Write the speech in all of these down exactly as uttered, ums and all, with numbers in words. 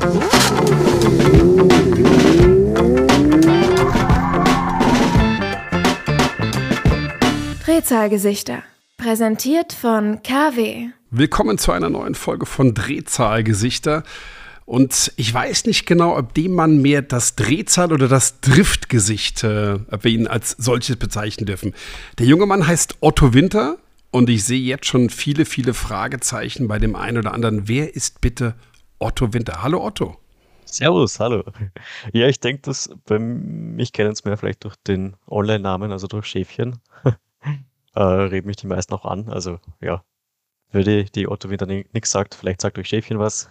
Drehzahlgesichter, präsentiert von K W. Willkommen zu einer neuen Folge von Drehzahlgesichter. Und ich weiß nicht genau, ob dem Mann mehr das Drehzahl- oder das Driftgesicht, äh, ob wir ihn als solches bezeichnen dürfen. Der junge Mann heißt Otto Winter und ich sehe jetzt schon viele, viele Fragezeichen bei dem einen oder anderen. Wer ist bitte Otto Winter? Hallo Otto. Servus, hallo. Ja, ich denke, dass bei mich kennen es mehr vielleicht durch den Online-Namen, also durch Schäfchen. äh, reden mich die meisten auch an. Also ja, würde die Otto Winter nichts sagt, vielleicht sagt euch Schäfchen was.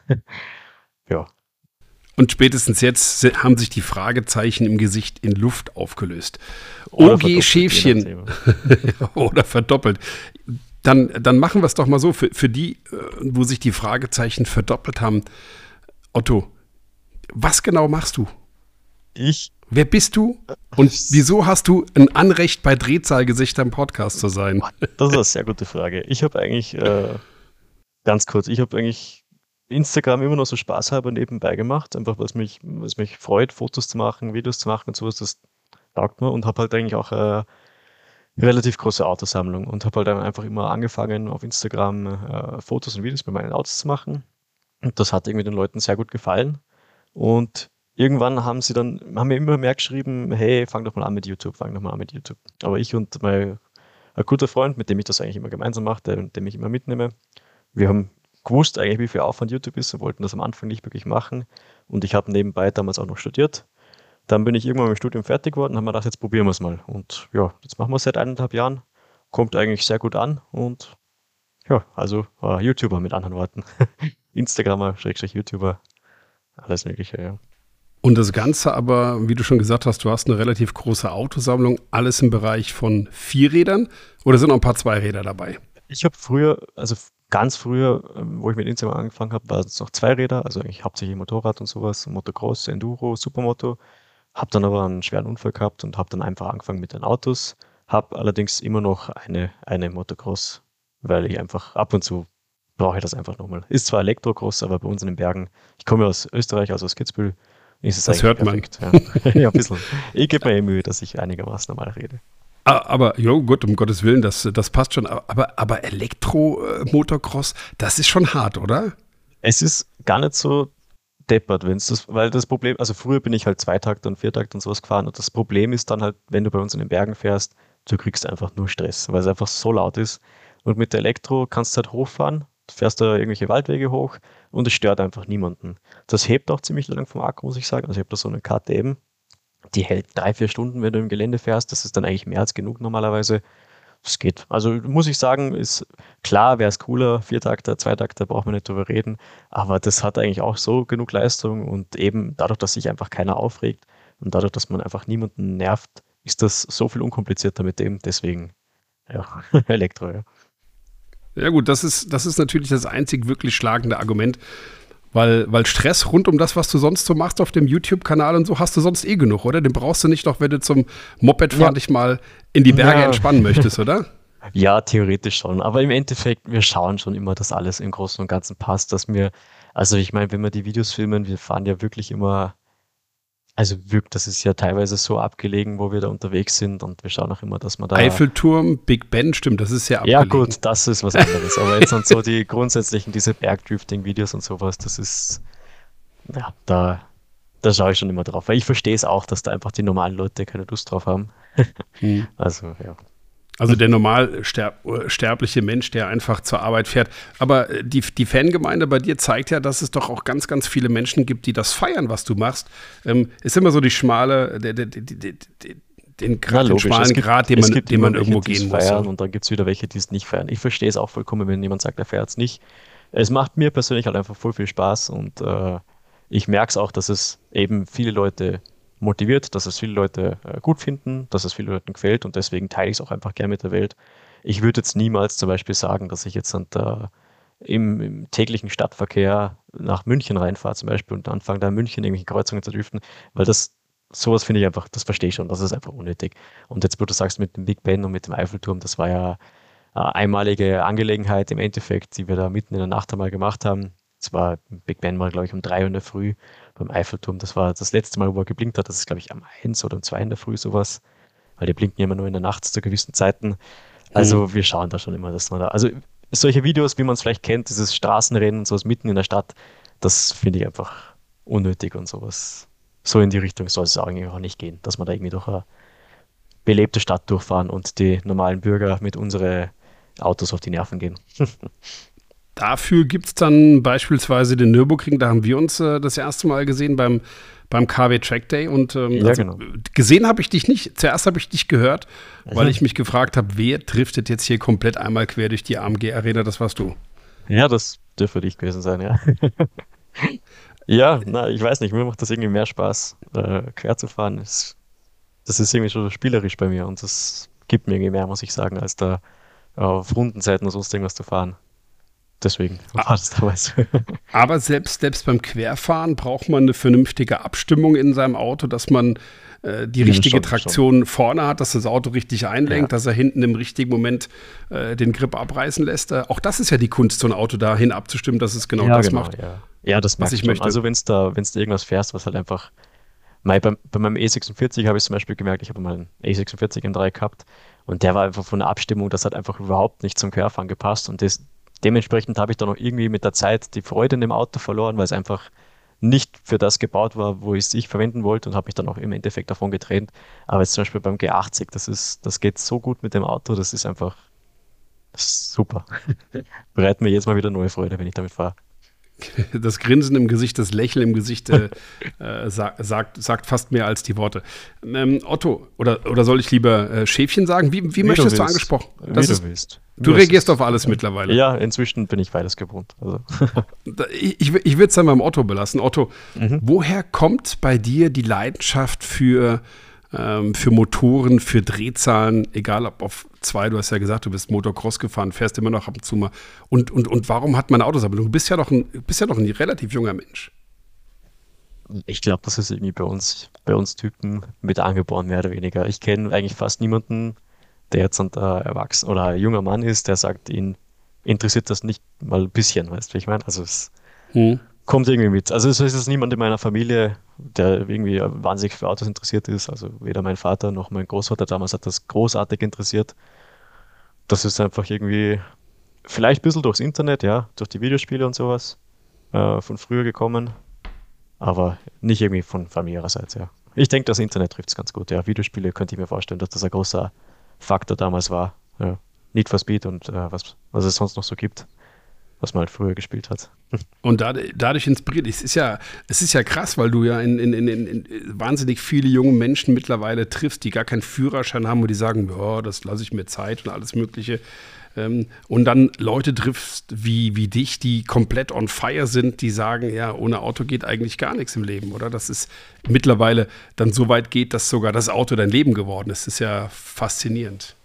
Ja. Und spätestens jetzt haben sich die Fragezeichen im Gesicht in Luft aufgelöst. Oder O G Schäfchen. Oder verdoppelt. Dann, dann machen wir es doch mal so, für, für die, wo sich die Fragezeichen verdoppelt haben. Otto, was genau machst du? Ich? Wer bist du und wieso hast du ein Anrecht, bei Drehzahlgesichter im Podcast zu sein? Das ist eine sehr gute Frage. Ich habe eigentlich, äh, ganz kurz, ich habe eigentlich Instagram immer noch so spaßhalber nebenbei gemacht, einfach was mich, was mich freut, Fotos zu machen, Videos zu machen und sowas, das taugt mir und habe halt eigentlich auch eine relativ große Autosammlung und habe halt dann einfach immer angefangen, auf Instagram äh, Fotos und Videos bei meinen Autos zu machen und das hat irgendwie den Leuten sehr gut gefallen und irgendwann haben sie dann, haben mir immer mehr geschrieben, hey, fang doch mal an mit YouTube, fang doch mal an mit YouTube. Aber ich und mein ein guter Freund, mit dem ich das eigentlich immer gemeinsam mache, der, dem ich immer mitnehme, wir haben gewusst eigentlich, wie viel Aufwand YouTube ist und wollten das am Anfang nicht wirklich machen. Und ich habe nebenbei damals auch noch studiert. Dann bin ich irgendwann mit dem Studium fertig geworden und habe mir gedacht, jetzt probieren wir es mal. Und ja, jetzt machen wir es seit eineinhalb Jahren. Kommt eigentlich sehr gut an und ja, also uh, YouTuber mit anderen Worten. Instagramer, Schrägstrich YouTuber, alles Mögliche, ja. Und das Ganze aber, wie du schon gesagt hast, du hast eine relativ große Autosammlung, alles im Bereich von Vierrädern oder sind noch ein paar Zweiräder dabei? Ich habe früher, also ganz früher, wo ich mit Instagram angefangen habe, waren es noch Zweiräder, also eigentlich hauptsächlich Motorrad und sowas, Motocross, Enduro, Supermoto. Habe dann aber einen schweren Unfall gehabt und habe dann einfach angefangen mit den Autos. Habe allerdings immer noch eine, eine Motocross, weil ich einfach ab und zu brauche ich das einfach nochmal. Ist zwar Elektrocross, aber bei uns in den Bergen, ich komme ja aus Österreich, also aus Kitzbühel, ist es das hört perfekt. man. Ja. Ja, ein bisschen. Ich gebe mir eh Mühe, dass ich einigermaßen normal rede. Aber, jo, gut, um Gottes Willen, das, das passt schon. Aber, aber Elektro-Motocross, das ist schon hart, oder? Es ist gar nicht so deppert, wenn es das, weil das Problem, also früher bin ich halt Zweitakt und Viertakt und sowas gefahren und das Problem ist dann halt, wenn du bei uns in den Bergen fährst, du kriegst einfach nur Stress, weil es einfach so laut ist. Und mit der Elektro kannst du halt hochfahren, du fährst da irgendwelche Waldwege hoch und es stört einfach niemanden. Das hebt auch ziemlich lang vom Akku, muss ich sagen. Also ich habe da so eine K T M, die hält drei, vier Stunden, wenn du im Gelände fährst. Das ist dann eigentlich mehr als genug normalerweise. Das geht. Also muss ich sagen, ist klar, wäre es cooler, Viertakter, Zweitakter, braucht man nicht drüber reden. Aber das hat eigentlich auch so genug Leistung und eben dadurch, dass sich einfach keiner aufregt und dadurch, dass man einfach niemanden nervt, ist das so viel unkomplizierter mit dem. Deswegen, ja, Elektro, ja. Ja gut, das ist, das ist natürlich das einzig wirklich schlagende Argument, weil, weil Stress rund um das, was du sonst so machst auf dem YouTube-Kanal und so, hast du sonst eh genug, oder? Den brauchst du nicht noch, wenn du zum Mopedfahren ja. dich mal in die Berge ja. entspannen möchtest, oder? Ja, theoretisch schon. Aber im Endeffekt, wir schauen schon immer, dass alles im Großen und Ganzen passt, dass wir, also ich meine, wenn wir die Videos filmen, wir fahren ja wirklich immer, also wirklich, das ist ja teilweise so abgelegen, wo wir da unterwegs sind und wir schauen auch immer, dass man da... Eiffelturm, Big Ben, stimmt, das ist ja abgelegen. Ja gut, das ist was anderes, aber jetzt sind so die grundsätzlichen, diese Bergdrifting-Videos und sowas, das ist, ja, da, da schaue ich schon immer drauf, weil ich verstehe es auch, dass da einfach die normalen Leute keine Lust drauf haben. Hm. Also, ja. Also der normal sterb, sterbliche Mensch, der einfach zur Arbeit fährt. Aber die, die Fangemeinde bei dir zeigt ja, dass es doch auch ganz, ganz viele Menschen gibt, die das feiern, was du machst. Ähm, ist immer so die schmale, der, der, der, der, den, Grad, den schmalen gibt, Grad, den man, den man irgendwo gehen muss. Feiern, und dann gibt es wieder welche, die es nicht feiern. Ich verstehe es auch vollkommen, wenn jemand sagt, er feiert es nicht. Es macht mir persönlich halt einfach voll viel Spaß und äh, ich merke es auch, dass es eben viele Leute motiviert, dass es viele Leute äh, gut finden, dass es vielen Leuten gefällt und deswegen teile ich es auch einfach gerne mit der Welt. Ich würde jetzt niemals zum Beispiel sagen, dass ich jetzt an der, im, im täglichen Stadtverkehr nach München reinfahre zum Beispiel und anfange da in München irgendwelche Kreuzungen zu driften, weil das, sowas finde ich einfach, das verstehe ich schon, das ist einfach unnötig. Und jetzt, wo du sagst, mit dem Big Ben und mit dem Eiffelturm, das war ja eine einmalige Angelegenheit im Endeffekt, die wir da mitten in der Nacht einmal gemacht haben. Das war, Big Ben war, glaube ich, um drei Uhr in der Früh beim Eiffelturm. Das war das letzte Mal, wo er geblinkt hat. Das ist, glaube ich, am eins oder um zwei in der Früh sowas. Weil die blinken ja immer nur in der Nacht zu gewissen Zeiten. Also mhm. wir schauen da schon immer, dass man da, also solche Videos, wie man es vielleicht kennt, dieses Straßenrennen und sowas mitten in der Stadt, das finde ich einfach unnötig und sowas. So in die Richtung soll es eigentlich auch nicht gehen, dass man da irgendwie durch eine belebte Stadt durchfahren und die normalen Bürger mit unseren Autos auf die Nerven gehen. Dafür gibt es dann beispielsweise den Nürburgring, da haben wir uns äh, das erste Mal gesehen beim, beim K W Track Day und ähm, ja, also, genau. gesehen habe ich dich nicht. Zuerst habe ich dich gehört, weil mhm. ich mich gefragt habe, wer driftet jetzt hier komplett einmal quer durch die A M G Arena, das warst du. Ja, das dürfte dich gewesen sein, ja. Ja, na, ich weiß nicht, mir macht das irgendwie mehr Spaß, äh, quer zu fahren. Das, das ist irgendwie schon spielerisch bei mir und das gibt mir irgendwie mehr, muss ich sagen, als da auf Rundenzeiten oder sonst irgendwas zu fahren. Deswegen war das damals. Aber selbst, selbst beim Querfahren braucht man eine vernünftige Abstimmung in seinem Auto, dass man äh, die richtige ja, schon, Traktion schon. vorne hat, dass das Auto richtig einlenkt, ja. dass er hinten im richtigen Moment äh, den Grip abreißen lässt. Äh, auch das ist ja die Kunst, so ein Auto dahin abzustimmen, dass es genau ja, das genau, macht, ja. ja, das was ich schon. möchte. Also wenn es da, wenn's da irgendwas fährst, was halt einfach bei, bei meinem E sechsundvierzig habe ich zum Beispiel gemerkt, ich habe mal einen E sechsundvierzig M drei gehabt und der war einfach von der Abstimmung, das hat einfach überhaupt nicht zum Querfahren gepasst und das dementsprechend habe ich dann auch irgendwie mit der Zeit die Freude in dem Auto verloren, weil es einfach nicht für das gebaut war, wo ich es ich verwenden wollte und habe mich dann auch im Endeffekt davon getrennt. Aber jetzt zum Beispiel beim G achtzig, das ist, das geht so gut mit dem Auto, das ist einfach das ist super. Bereitet mir jetzt mal wieder neue Freude, wenn ich damit fahre. Das Grinsen im Gesicht, das Lächeln im Gesicht äh, äh, sagt, sagt, sagt fast mehr als die Worte. Ähm, Otto, oder, oder soll ich lieber äh, Schäfchen sagen? Wie, wie, wie möchtest du, du angesprochen? Das wie ist, du willst. Du Wie reagierst auf alles mittlerweile. Ja, inzwischen bin ich beides gewohnt. Also. ich ich, ich würde es dann beim Otto belassen. Otto, mhm. woher kommt bei dir die Leidenschaft für, ähm, für Motoren, für Drehzahlen, egal ob auf zwei, du hast ja gesagt, du bist Motocross gefahren, fährst immer noch ab und zu mal. Und, und, und warum hat man Autos? Aber du bist ja doch ein, bist ja doch ein relativ junger Mensch. Ich glaube, das ist irgendwie bei uns, bei uns Typen mit angeboren, mehr oder weniger. Ich kenne eigentlich fast niemanden, der jetzt ein äh, Erwachsener oder ein junger Mann ist, der sagt, ihn interessiert das nicht mal ein bisschen, weißt du, wie ich meine? Also es hm. kommt irgendwie mit. Also es ist jetzt niemand in meiner Familie, der irgendwie wahnsinnig für Autos interessiert ist. Also weder mein Vater noch mein Großvater damals hat das großartig interessiert. Das ist einfach irgendwie vielleicht ein bisschen durchs Internet, ja, durch die Videospiele und sowas äh, von früher gekommen, aber nicht irgendwie von familiärerseits, ja. Ich denke, das Internet trifft es ganz gut, ja. Videospiele könnte ich mir vorstellen, dass das ein großer Faktor damals war. Ja. Need for Speed und äh, was, was es sonst noch so gibt, was man halt früher gespielt hat. Und da, dadurch inspiriert, es ist ja, es ist ja krass, weil du ja in, in, in, in wahnsinnig viele junge Menschen mittlerweile triffst, die gar keinen Führerschein haben und die sagen, ja, das lasse ich mir Zeit und alles Mögliche. Und dann Leute triffst wie, wie dich, die komplett on fire sind, die sagen, ja, ohne Auto geht eigentlich gar nichts im Leben, oder? Dass es mittlerweile dann so weit geht, dass sogar das Auto dein Leben geworden ist. Das ist ja faszinierend.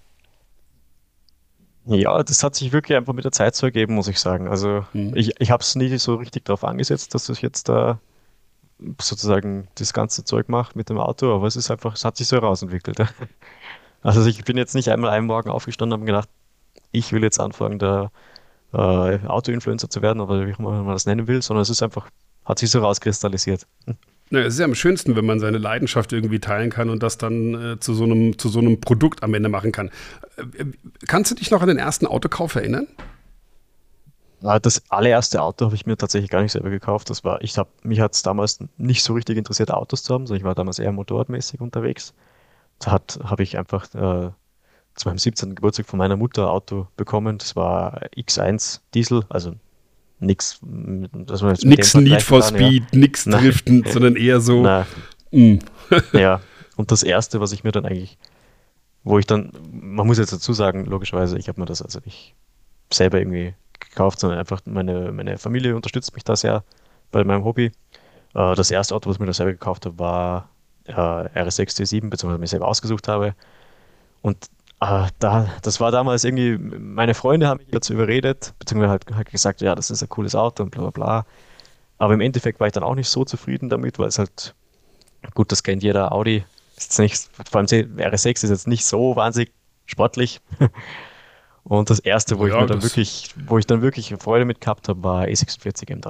Ja, das hat sich wirklich einfach mit der Zeit so ergeben, muss ich sagen. Also hm. ich, ich habe es nie so richtig darauf angesetzt, dass ich jetzt da sozusagen das ganze Zeug mache mit dem Auto, aber es ist einfach, es hat sich so herausentwickelt. Also ich bin jetzt nicht einmal einen Morgen aufgestanden und habe gedacht, ich will jetzt anfangen, der äh, Auto-Influencer zu werden, oder wie auch immer man das nennen will, sondern es ist einfach, hat sich so rauskristallisiert. Ja, es ist ja am schönsten, wenn man seine Leidenschaft irgendwie teilen kann und das dann äh, zu so einem, zu so einem Produkt am Ende machen kann. Äh, kannst du dich noch an den ersten Autokauf erinnern? Das allererste Auto habe ich mir tatsächlich gar nicht selber gekauft. Das war, ich habe, mich hat es damals nicht so richtig interessiert, Autos zu haben, sondern ich war damals eher motorradmäßig unterwegs. Da habe ich einfach äh, zu meinem siebzehnten Geburtstag von meiner Mutter ein Auto bekommen. Das war X eins Diesel, also nix, dass man jetzt nix Need for Speed, ja. nix Driften, sondern eher so. Mm. Ja, und das erste, was ich mir dann eigentlich, wo ich dann, man muss jetzt dazu sagen, logischerweise, ich habe mir das also nicht selber irgendwie gekauft, sondern einfach meine, meine Familie unterstützt mich da sehr bei meinem Hobby. Äh, das erste Auto, was ich mir da selber gekauft habe, war äh, R S sechs T sieben, beziehungsweise mir selber ausgesucht habe. Und äh, da, das war damals irgendwie, meine Freunde haben mich dazu überredet, beziehungsweise halt, halt gesagt, ja, das ist ein cooles Auto und bla bla bla. Aber im Endeffekt war ich dann auch nicht so zufrieden damit, weil es halt, gut, das kennt jeder, Audi ist jetzt nicht, vor allem R S sechs ist jetzt nicht so wahnsinnig sportlich. Und das erste, wo ja, ich mir dann wirklich, wo ich dann wirklich Freude mit gehabt habe, war E sechsundvierzig M drei.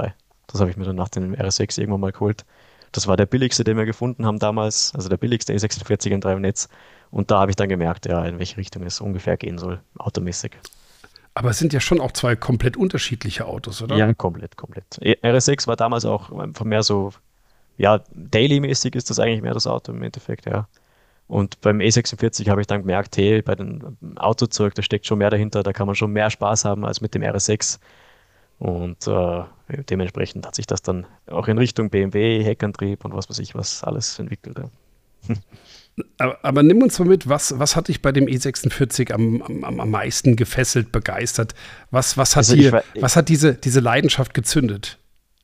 Das habe ich mir dann nach dem R S sechs irgendwann mal geholt. Das war der billigste, den wir gefunden haben damals, also der billigste E sechsundvierzig in drei im Netz. Und da habe ich dann gemerkt, ja, in welche Richtung es ungefähr gehen soll, automäßig. Aber es sind ja schon auch zwei komplett unterschiedliche Autos, oder? Ja, komplett, komplett. R S sechs war damals auch einfach mehr so, ja, daily-mäßig ist das eigentlich mehr das Auto im Endeffekt, ja. Und beim E sechsundvierzig habe ich dann gemerkt, hey, bei dem Autozeug, da steckt schon mehr dahinter, da kann man schon mehr Spaß haben als mit dem R S sechs. Und äh, dementsprechend hat sich das dann auch in Richtung B M W, Heckantrieb und was weiß ich was alles entwickelt. Ja. Aber, aber nimm uns mal mit, was, was hat dich bei dem E sechsundvierzig am, am, am meisten gefesselt, begeistert? Was, was, hat, Also dir, war, was hat diese, diese Leidenschaft gezündet?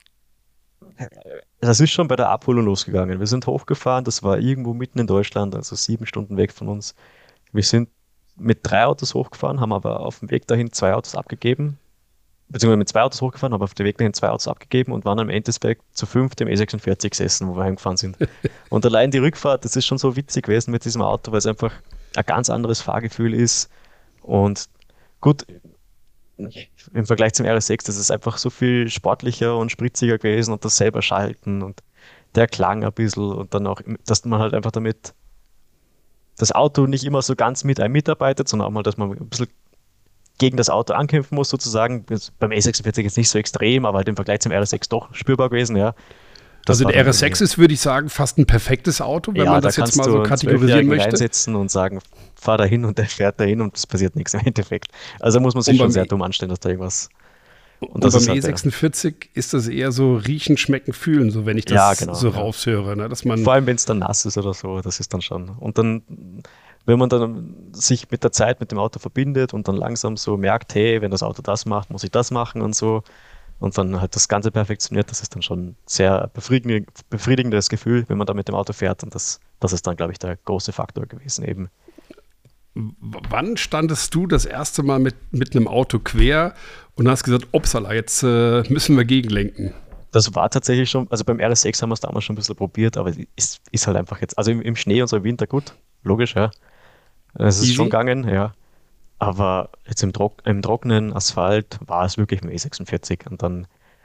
Das ist schon bei der Abholung losgegangen. Wir sind hochgefahren, das war irgendwo mitten in Deutschland, also sieben Stunden weg von uns. Wir sind mit drei Autos hochgefahren, haben aber auf dem Weg dahin zwei Autos abgegeben. Beziehungsweise mit zwei Autos hochgefahren, haben auf dem Weg dahin zwei Autos abgegeben und waren am Endeffekt zu fünft im E sechsundvierzig gesessen, wo wir heimgefahren sind. Und allein die Rückfahrt, das ist schon so witzig gewesen mit diesem Auto, weil es einfach ein ganz anderes Fahrgefühl ist. Und gut, im Vergleich zum R S sechs, das ist einfach so viel sportlicher und spritziger gewesen und das selber schalten und der Klang ein bisschen und dann auch, dass man halt einfach damit das Auto nicht immer so ganz mit einem mitarbeitet, sondern auch mal, dass man ein bisschen gegen das Auto ankämpfen muss sozusagen. Beim E sechsundvierzig jetzt nicht so extrem, aber halt im Vergleich zum R S sechs doch spürbar gewesen, ja. Das also der R S sechs ist, würde ich sagen, fast ein perfektes Auto, wenn ja, man das da jetzt mal so kategorisieren möchte. Einsetzen und sagen, fahr da hin und der fährt da hin und es passiert nichts im Endeffekt. Also muss man sich schon sehr dumm anstellen, dass da irgendwas... Und, und beim halt, E sechsundvierzig ja. ist das eher so riechen, schmecken, fühlen, so wenn ich das ja, genau, so ja. raushöre. Ne? Dass man vor allem, wenn es dann nass ist oder so, das ist dann schon. Und dann, wenn man dann sich mit der Zeit mit dem Auto verbindet und dann langsam so merkt, hey, wenn das Auto das macht, muss ich das machen und so, und dann halt das Ganze perfektioniert, das ist dann schon ein sehr befriedigend, befriedigendes Gefühl, wenn man da mit dem Auto fährt. Und das, das ist dann, glaube ich, der große Faktor gewesen eben. Wann standest du das erste Mal mit, mit einem Auto quer und hast gesagt, upsala, jetzt äh, müssen wir gegenlenken? Das war tatsächlich schon, also beim R S sechs haben wir es damals schon ein bisschen probiert, aber es ist, ist halt einfach jetzt, also im, im Schnee und so im Winter gut, logisch, ja. Es ist Easy. Schon gegangen, ja. Aber jetzt im, Trock, im trockenen Asphalt war es wirklich mit E sechsundvierzig und dann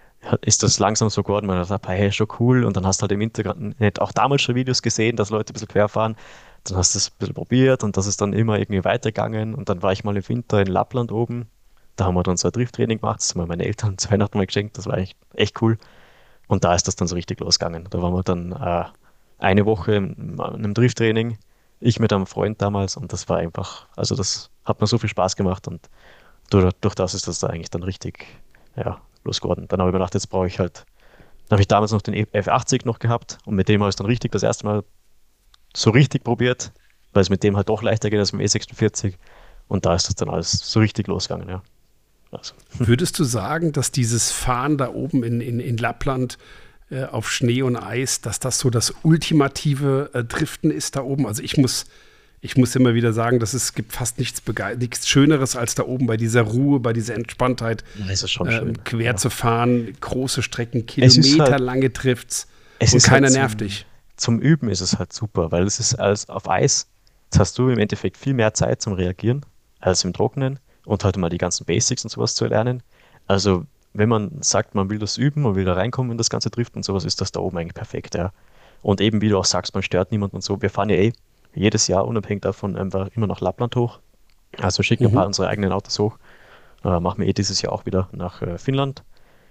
ist das langsam so geworden, man hat gesagt, hey, schon cool, und dann hast du halt im Internet auch damals schon Videos gesehen, dass Leute ein bisschen quer fahren. Dann hast du es ein bisschen probiert und das ist dann immer irgendwie weitergegangen. Und dann war ich mal im Winter in Lappland oben. Da haben wir dann so ein Drifttraining gemacht. Das haben mir meine Eltern zu Weihnachten mal geschenkt. Das war echt, echt cool. Und da ist das dann so richtig losgegangen. Da waren wir dann äh, eine Woche in, in einem Drifttraining. Ich mit einem Freund damals. Und das war einfach, also das hat mir so viel Spaß gemacht. Und durch, durch das ist das da eigentlich dann richtig ja, losgeworden. Dann habe ich mir gedacht, jetzt brauche ich halt, dann habe ich damals noch den F achtzig noch gehabt. Und mit dem habe ich es dann richtig das erste Mal so richtig probiert, weil es mit dem halt doch leichter geht als mit dem E sechsundvierzig. Und da ist das dann alles so richtig losgegangen, ja. Also. Würdest du sagen, dass dieses Fahren da oben in, in, in Lappland äh, auf Schnee und Eis, dass das so das ultimative äh, Driften ist da oben? Also ich muss, ich muss immer wieder sagen, dass es gibt fast nichts, nichts Schöneres als da oben bei dieser Ruhe, bei dieser Entspanntheit, das ist schon äh, schön, quer ja. zu fahren, große Strecken, kilometerlange halt, Drifts und keiner halt nervt dich. Zum Üben ist es halt super, weil es ist als auf Eis, jetzt hast du im Endeffekt viel mehr Zeit zum Reagieren als im Trockenen und halt mal die ganzen Basics und sowas zu lernen. Also wenn man sagt, man will das üben, man will da reinkommen in das ganze Driften und sowas, ist das da oben eigentlich perfekt, ja. Und eben wie du auch sagst, man stört niemanden und so. Wir fahren ja eh jedes Jahr unabhängig davon einfach immer nach Lappland hoch. Also schicken mhm. ein paar unsere eigenen Autos hoch. Äh, machen wir eh dieses Jahr auch wieder nach äh, Finnland.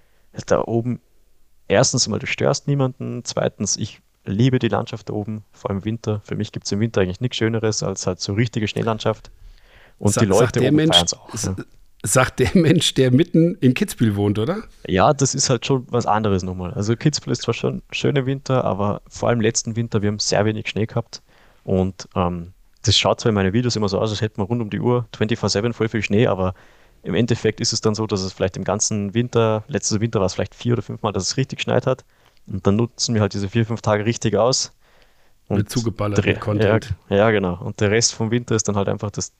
Da oben, erstens mal, du störst niemanden, zweitens, ich liebe die Landschaft da oben, vor allem im Winter. Für mich gibt es im Winter eigentlich nichts Schöneres als halt so richtige Schneelandschaft. Und Sa- die Leute oben Mensch, feiern es auch. S- Ja. Sagt der Mensch, der mitten in Kitzbühel wohnt, oder? Ja, das ist halt schon was anderes nochmal. Also Kitzbühel ist zwar schon schöner Winter, aber vor allem letzten Winter, wir haben sehr wenig Schnee gehabt. Und ähm, das schaut zwar in meinen Videos immer so aus, als hätten wir rund um die Uhr vierundzwanzig sieben voll viel Schnee, aber im Endeffekt ist es dann so, dass es vielleicht im ganzen Winter, letztes Winter war es vielleicht vier oder fünf Mal, dass es richtig geschneit hat. Und dann nutzen wir halt diese vier, fünf Tage richtig aus. Und mit zugeballert der, mit Content. Ja, ja, genau. Und der Rest vom Winter ist dann halt einfach das,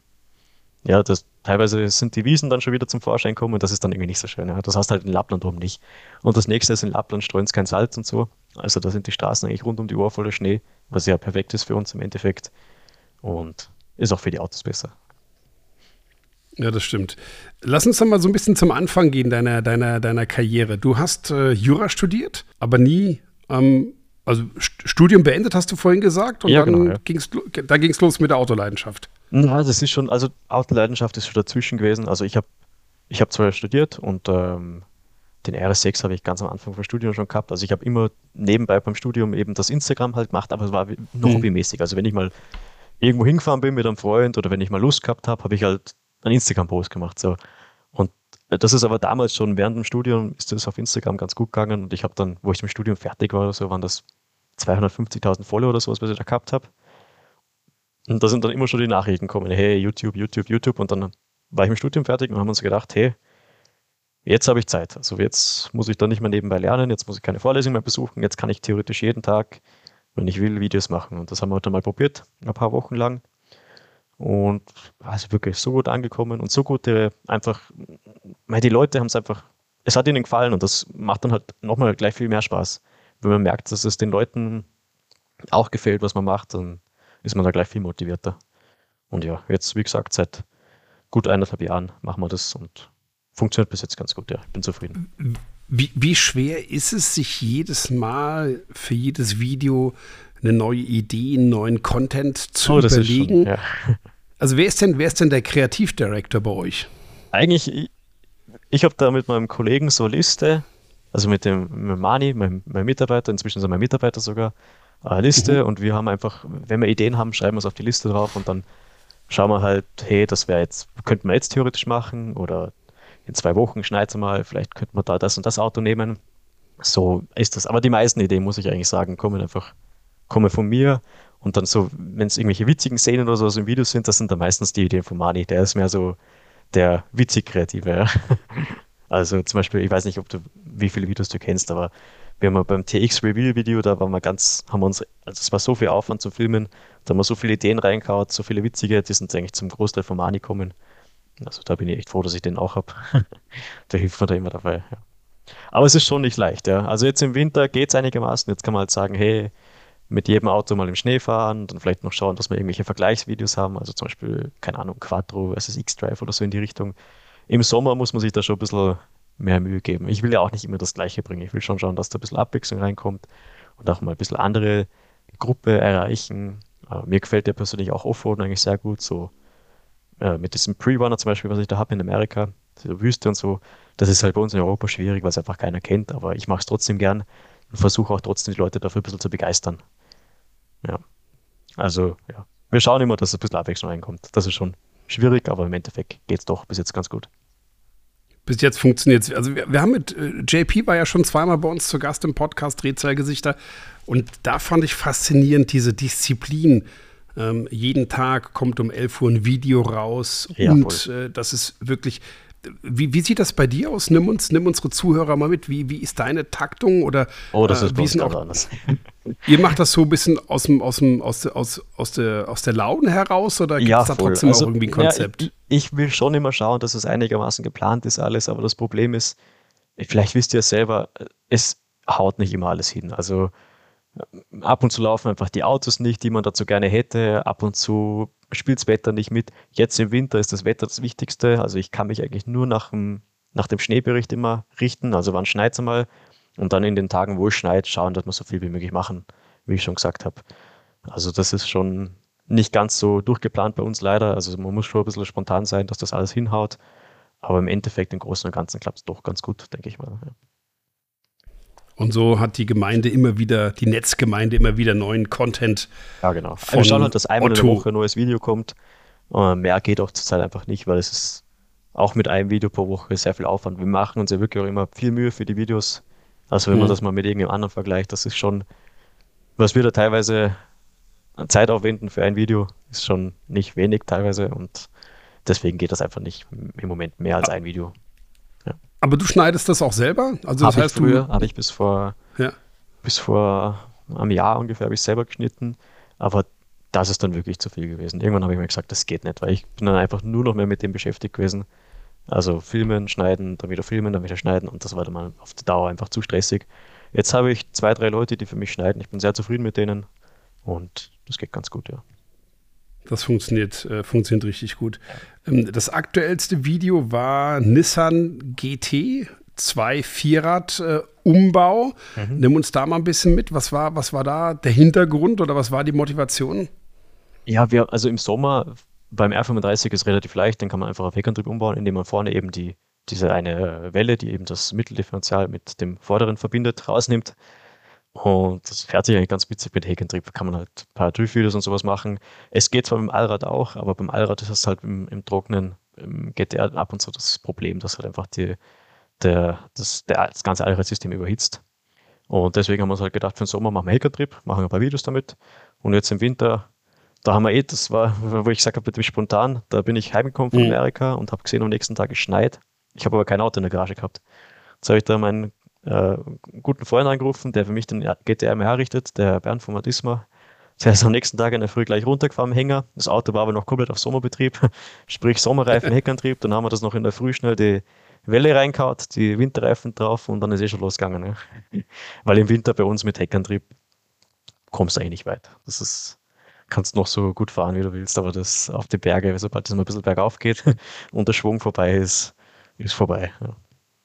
ja, das, teilweise sind die Wiesen dann schon wieder zum Vorschein kommen und das ist dann irgendwie nicht so schön. Ja. Das hast halt in Lappland oben nicht. Und das nächste ist, in Lappland streuen sie kein Salz und so. Also da sind die Straßen eigentlich rund um die Uhr voller Schnee, was ja perfekt ist für uns im Endeffekt. Und ist auch für die Autos besser. Ja, das stimmt. Lass uns doch mal so ein bisschen zum Anfang gehen deiner, deiner, deiner Karriere. Du hast äh, Jura studiert, aber nie, ähm, also St- Studium beendet, hast du vorhin gesagt, und Ja, dann genau, ja. ging's, lo- da ging es los mit der Autoleidenschaft. Na, das ist schon, also Autoleidenschaft ist schon dazwischen gewesen. Also ich habe ich hab zwar studiert und ähm, den R S sechs habe ich ganz am Anfang vom Studium schon gehabt. Also ich habe immer nebenbei beim Studium eben das Instagram halt gemacht, aber es war wie- nur Mhm. hobbymäßig. Also wenn ich mal irgendwo hingefahren bin mit einem Freund oder wenn ich mal Lust gehabt habe, habe ich halt einen Instagram-Post gemacht. So. Und äh, das ist aber damals schon während dem Studium ist das auf Instagram ganz gut gegangen und ich habe dann, wo ich im Studium fertig war oder so, waren das zweihundertfünfzigtausend Follower oder sowas, was ich da gehabt habe. Und da sind dann immer schon die Nachrichten gekommen, hey, YouTube, YouTube, YouTube. Und dann war ich im Studium fertig und haben uns gedacht, hey, jetzt habe ich Zeit. Also jetzt muss ich dann nicht mehr nebenbei lernen, jetzt muss ich keine Vorlesung mehr besuchen, jetzt kann ich theoretisch jeden Tag, wenn ich will, Videos machen. Und das haben wir dann mal probiert, ein paar Wochen lang. Und also wirklich so gut angekommen und so gute, einfach, weil die Leute haben es einfach, es hat ihnen gefallen und das macht dann halt nochmal gleich viel mehr Spaß. Wenn man merkt, dass es den Leuten auch gefällt, was man macht, dann ist man da gleich viel motivierter. Und ja, jetzt, wie gesagt, seit gut eineinhalb Jahren machen wir das und funktioniert bis jetzt ganz gut, ja. Ich bin zufrieden. Wie, wie schwer ist es, sich jedes Mal für jedes Video eine neue Idee, einen neuen Content zu Oh, das ist überlegen? schon, ja. Also wer ist denn, wer ist denn der Kreativdirektor bei euch? Eigentlich, ich, ich habe da mit meinem Kollegen so eine Liste, also mit dem mit Mani, meinem, meinem Mitarbeiter, inzwischen ist er mein Mitarbeiter sogar, eine Liste und wir haben einfach, wenn wir Ideen haben, schreiben wir es auf die Liste drauf und dann schauen wir halt, hey, das wäre jetzt, könnten wir jetzt theoretisch machen oder in zwei Wochen schneiden wir mal, vielleicht könnten wir da das und das Auto nehmen. So ist das. Aber die meisten Ideen, muss ich eigentlich sagen, kommen einfach, kommen von mir und dann so, wenn es irgendwelche witzigen Szenen oder so im Video sind, das sind dann meistens die Ideen von Mani. Der ist mehr so der witzig Kreative, ja. Also zum Beispiel, ich weiß nicht, ob du, wie viele Videos du kennst, aber wir haben mal beim T X Reveal Video, da waren wir ganz, haben wir uns, also es war so viel Aufwand zum Filmen, da haben wir so viele Ideen reingehauen, so viele witzige, die sind eigentlich zum Großteil von Mani kommen. Also da bin ich echt froh, dass ich den auch habe. Der hilft mir da immer dabei, ja. Aber es ist schon nicht leicht, ja. Also jetzt im Winter geht es einigermaßen. Jetzt kann man halt sagen, hey, mit jedem Auto mal im Schnee fahren und dann vielleicht noch schauen, dass wir irgendwelche Vergleichsvideos haben. Also zum Beispiel, keine Ahnung, Quattro versus X-Drive oder so in die Richtung. Im Sommer muss man sich da schon ein bisschen mehr Mühe geben. Ich will ja auch nicht immer das Gleiche bringen. Ich will schon schauen, dass da ein bisschen Abwechslung reinkommt und auch mal ein bisschen andere Gruppe erreichen. Äh, mir gefällt ja persönlich auch Offroad eigentlich sehr gut. So äh, mit diesem Pre-Runner zum Beispiel, was ich da habe in Amerika, diese Wüste und so. Das ist halt bei uns in Europa schwierig, weil es einfach keiner kennt. Aber ich mache es trotzdem gern und versuche auch trotzdem die Leute dafür ein bisschen zu begeistern. Ja, also ja, wir schauen immer, dass ein bisschen Abwechslung reinkommt. Das ist schon schwierig, aber im Endeffekt geht es doch bis jetzt ganz gut. Bis jetzt funktioniert es. Also wir, wir haben mit, äh, J P war ja schon zweimal bei uns zu Gast im Podcast Drehzahlgesichter und da fand ich faszinierend diese Disziplin. Ähm, jeden Tag kommt um elf Uhr ein Video raus Ja, und äh, das ist wirklich, wie, wie sieht das bei dir aus? Nimm uns, nimm unsere Zuhörer mal mit. Wie, wie ist deine Taktung oder Oh, das äh, ist bei wie uns sind ganz auch, anders. ihr macht das so ein bisschen aus dem, aus dem, aus der, aus, aus der, aus der Laune heraus oder gibt es Ja, da voll. trotzdem Also, auch irgendwie ein ja, Konzept? ich, ich will schon immer schauen, dass es einigermaßen geplant ist alles, aber das Problem ist, vielleicht wisst ihr es selber, es haut nicht immer alles hin. Also ab und zu laufen einfach die Autos nicht, die man dazu gerne hätte. Ab und zu spielt das Wetter nicht mit. Jetzt im Winter ist das Wetter das Wichtigste. Also ich kann mich eigentlich nur nach dem, nach dem Schneebericht immer richten. Also wann schneit es mal? Und dann in den Tagen, wo es schneit, schauen, dass wir so viel wie möglich machen, wie ich schon gesagt habe. Also das ist schon nicht ganz so durchgeplant bei uns leider. Also man muss schon ein bisschen spontan sein, dass das alles hinhaut. Aber im Endeffekt, im Großen und Ganzen klappt es doch ganz gut, denke ich mal. Ja. Und so hat die Gemeinde immer wieder, die Netzgemeinde immer wieder neuen Content. Ja, genau. Von Wir schauen halt, dass einmal in der Otto. Woche ein neues Video kommt. Äh, mehr geht auch zurzeit einfach nicht, weil es ist auch mit einem Video pro Woche sehr viel Aufwand. Wir machen uns ja wirklich auch immer viel Mühe für die Videos. Also wenn man Mhm. das mal mit irgendeinem anderen vergleicht, das ist schon, was wir da teilweise an Zeit aufwenden für ein Video, ist schon nicht wenig teilweise und deswegen geht das einfach nicht im Moment mehr als ein Video. Aber du schneidest das auch selber? Also das Habe ich heißt, früher, du. habe ich bis vor, Ja. bis vor einem Jahr ungefähr habe ich selber geschnitten, aber das ist dann wirklich zu viel gewesen. Irgendwann habe ich mir gesagt, das geht nicht, weil ich bin dann einfach nur noch mehr mit dem beschäftigt gewesen. Also filmen, schneiden, dann wieder filmen, dann wieder schneiden und das war dann mal auf die Dauer einfach zu stressig. Jetzt habe ich zwei, drei Leute, die für mich schneiden. Ich bin sehr zufrieden mit denen und das geht ganz gut, ja. Das funktioniert, äh, funktioniert richtig gut. Ähm, das aktuellste Video war Nissan G T, zwei Vierrad-Umbau. Äh, mhm. Nimm uns da mal ein bisschen mit. Was war, was war da der Hintergrund oder was war die Motivation? Ja, wir, also im Sommer beim R fünfunddreißig ist relativ leicht, den kann man einfach auf Heckantrieb umbauen, indem man vorne eben die, diese eine Welle, die eben das Mitteldifferential mit dem vorderen verbindet, rausnimmt. Und das fährt sich eigentlich ganz witzig mit Heckantrieb. Kann man halt ein paar Driftvideos und sowas machen. Es geht zwar mit dem Allrad auch, aber beim Allrad ist es halt im, im Trockenen, im G T R ab und zu das Problem, dass halt einfach die, der, das, der, das ganze Allradsystem überhitzt. Und deswegen haben wir uns halt gedacht, für den Sommer machen wir Heckantrieb, machen ein paar Videos damit. Und jetzt im Winter, da haben wir eh, das war, wo ich gesagt habe, bitte spontan, da bin ich heimgekommen von mhm. Amerika und habe gesehen, am nächsten Tag es schneit. Ich habe aber kein Auto in der Garage gehabt. Jetzt habe ich da meinen Äh, guten Freund angerufen, der für mich den G T R herrichtet, der Bernd von Matisma. Der ist am nächsten Tag in der Früh gleich runtergefahren am Hänger. Das Auto war aber noch komplett auf Sommerbetrieb, sprich Sommerreifen, Heckantrieb. Dann haben wir das noch in der Früh schnell die Welle reingehaut, die Winterreifen drauf und dann ist eh schon losgegangen. Ne? Weil im Winter bei uns mit Heckantrieb kommst du eigentlich nicht weit. Das ist, kannst noch so gut fahren, wie du willst, aber das auf die Berge, sobald es mal ein bisschen bergauf geht und der Schwung vorbei ist, ist vorbei. Ja.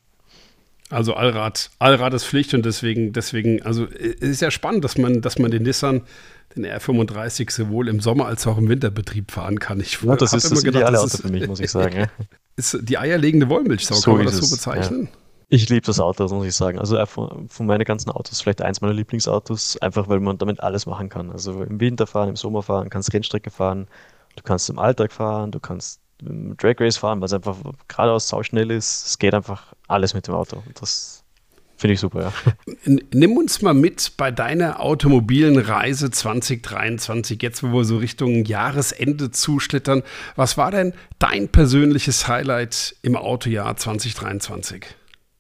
Also Allrad, Allrad ist Pflicht und deswegen, deswegen, also es ist ja spannend, dass man, dass man den Nissan, den R fünfunddreißig sowohl im Sommer als auch im Winterbetrieb fahren kann. Ich ja, das ist das gedacht, ideale Auto für mich, muss ich sagen. Ja. Ist die eierlegende Wollmilchsau, so kann man das so bezeichnen? Ja. Ich liebe das Auto, das muss ich sagen. Also von, von meinen ganzen Autos vielleicht eins meiner Lieblingsautos, einfach weil man damit alles machen kann. Also im Winter fahren, im Sommer fahren, kannst Rennstrecke fahren, du kannst im Alltag fahren, du kannst Drag Race fahren, weil es einfach geradeaus sauschnell ist. Es geht einfach alles mit dem Auto. Das finde ich super, ja. Nimm uns mal mit bei deiner automobilen Reise zwanzig dreiundzwanzig, jetzt wo wir so Richtung Jahresende zuschlittern. Was war denn dein persönliches Highlight im Autojahr zwanzig dreiundzwanzig?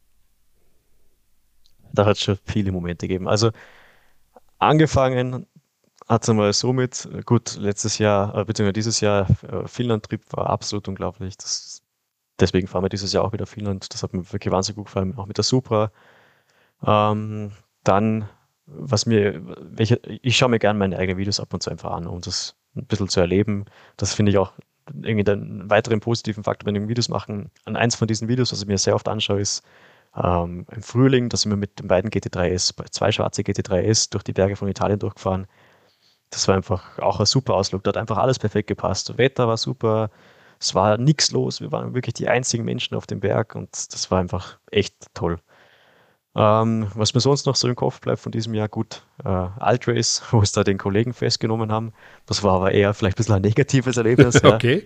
Da hat es schon viele Momente gegeben. Also angefangen hat es einmal so mit, gut, letztes Jahr, äh, beziehungsweise dieses Jahr, äh, Finnland-Trip war absolut unglaublich. Das, deswegen fahren wir dieses Jahr auch wieder Finnland. Das hat mir wirklich wahnsinnig gut gefallen, auch mit der Supra. Ähm, dann, was mir, welche, ich schaue mir gerne meine eigenen Videos ab und zu einfach an, um das ein bisschen zu erleben. Das finde ich auch irgendwie einen weiteren positiven Faktor, wenn wir Videos machen. An eins von diesen Videos, was ich mir sehr oft anschaue, ist ähm, im Frühling, da sind wir mit den beiden G T drei S, zwei schwarze G T drei S durch die Berge von Italien durchgefahren. Das war einfach auch ein super Ausflug. Da hat einfach alles perfekt gepasst. Das Wetter war super, es war nichts los. Wir waren wirklich die einzigen Menschen auf dem Berg und das war einfach echt toll. Ähm, was mir sonst noch so im Kopf bleibt von diesem Jahr, gut, äh, Altrace, wo es da den Kollegen festgenommen haben. Das war aber eher vielleicht ein bisschen ein negatives Erlebnis. Ja. Okay.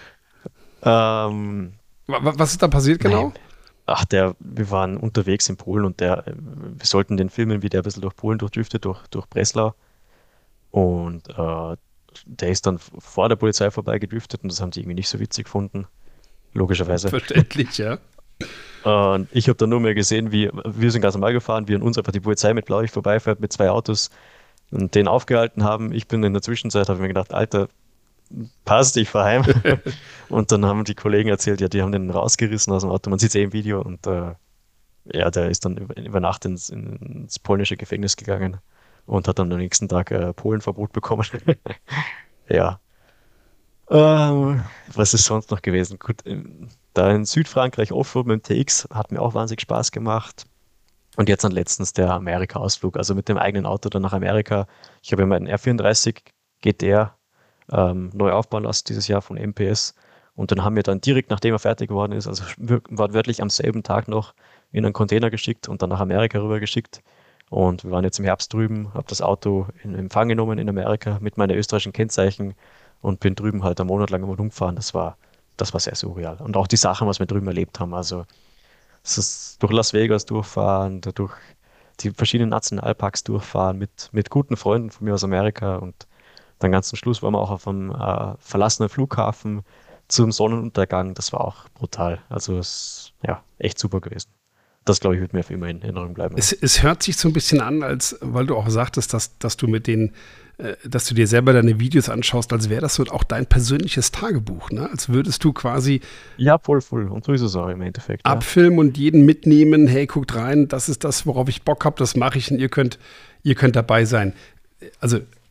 Ähm, was ist da passiert genau? Nein. Ach, der, wir waren unterwegs in Polen und der, wir sollten den filmen, wie der ein bisschen durch Polen durchdriftet, durch, durch Breslau. Und äh, der ist dann vor der Polizei vorbeigedriftet und das haben die irgendwie nicht so witzig gefunden. Logischerweise. Verständlich, ja. Und ich habe dann nur mehr gesehen, wie wir sind ganz normal gefahren, wie an uns einfach die Polizei mit Blaulicht vorbeifährt mit zwei Autos und den aufgehalten haben. Ich bin in der Zwischenzeit, habe mir gedacht, Alter, passt, ich fahr heim. Und dann haben die Kollegen erzählt, ja, die haben den rausgerissen aus dem Auto. Man sieht es eh im Video und äh, ja, der ist dann über, über Nacht ins, ins polnische Gefängnis gegangen. Und hat dann am nächsten Tag äh, Polenverbot bekommen. Ja. Ähm, was ist sonst noch gewesen? Gut, da in Südfrankreich Offroad mit dem T X hat mir auch wahnsinnig Spaß gemacht. Und jetzt dann letztens der Amerika-Ausflug, also mit dem eigenen Auto dann nach Amerika. Ich habe ja meinen R vierunddreißig G T R ähm, neu aufbauen lassen dieses Jahr von M P S. Und dann haben wir dann direkt, nachdem er fertig geworden ist, also wortwörtlich am selben Tag noch in einen Container geschickt und dann nach Amerika rüber geschickt. Und wir waren jetzt im Herbst drüben, habe das Auto in Empfang genommen in Amerika mit meinen österreichischen Kennzeichen und bin drüben halt einen Monat lang immer rumgefahren. Das war, das war sehr surreal. Und auch die Sachen, was wir drüben erlebt haben. Also es ist durch Las Vegas durchfahren, durch die verschiedenen Nationalparks durchfahren mit, mit guten Freunden von mir aus Amerika. Und dann ganz zum Schluss waren wir auch auf einem äh, verlassenen Flughafen zum Sonnenuntergang. Das war auch brutal. Also es ist ja echt super gewesen. Das, glaube ich, wird mir für immer in Erinnerung bleiben. Es, es hört sich so ein bisschen an, als weil du auch sagtest, dass, dass du mit den, äh, dass du dir selber deine Videos anschaust, als wäre das so auch dein persönliches Tagebuch, ne? Als würdest du quasi ja, voll, voll. Und so ist es auch im Endeffekt. Abfilmen ja. Und jeden mitnehmen, hey, guckt rein, das ist das, worauf ich Bock habe, das mache ich und ihr könnt, ihr könnt dabei sein. Also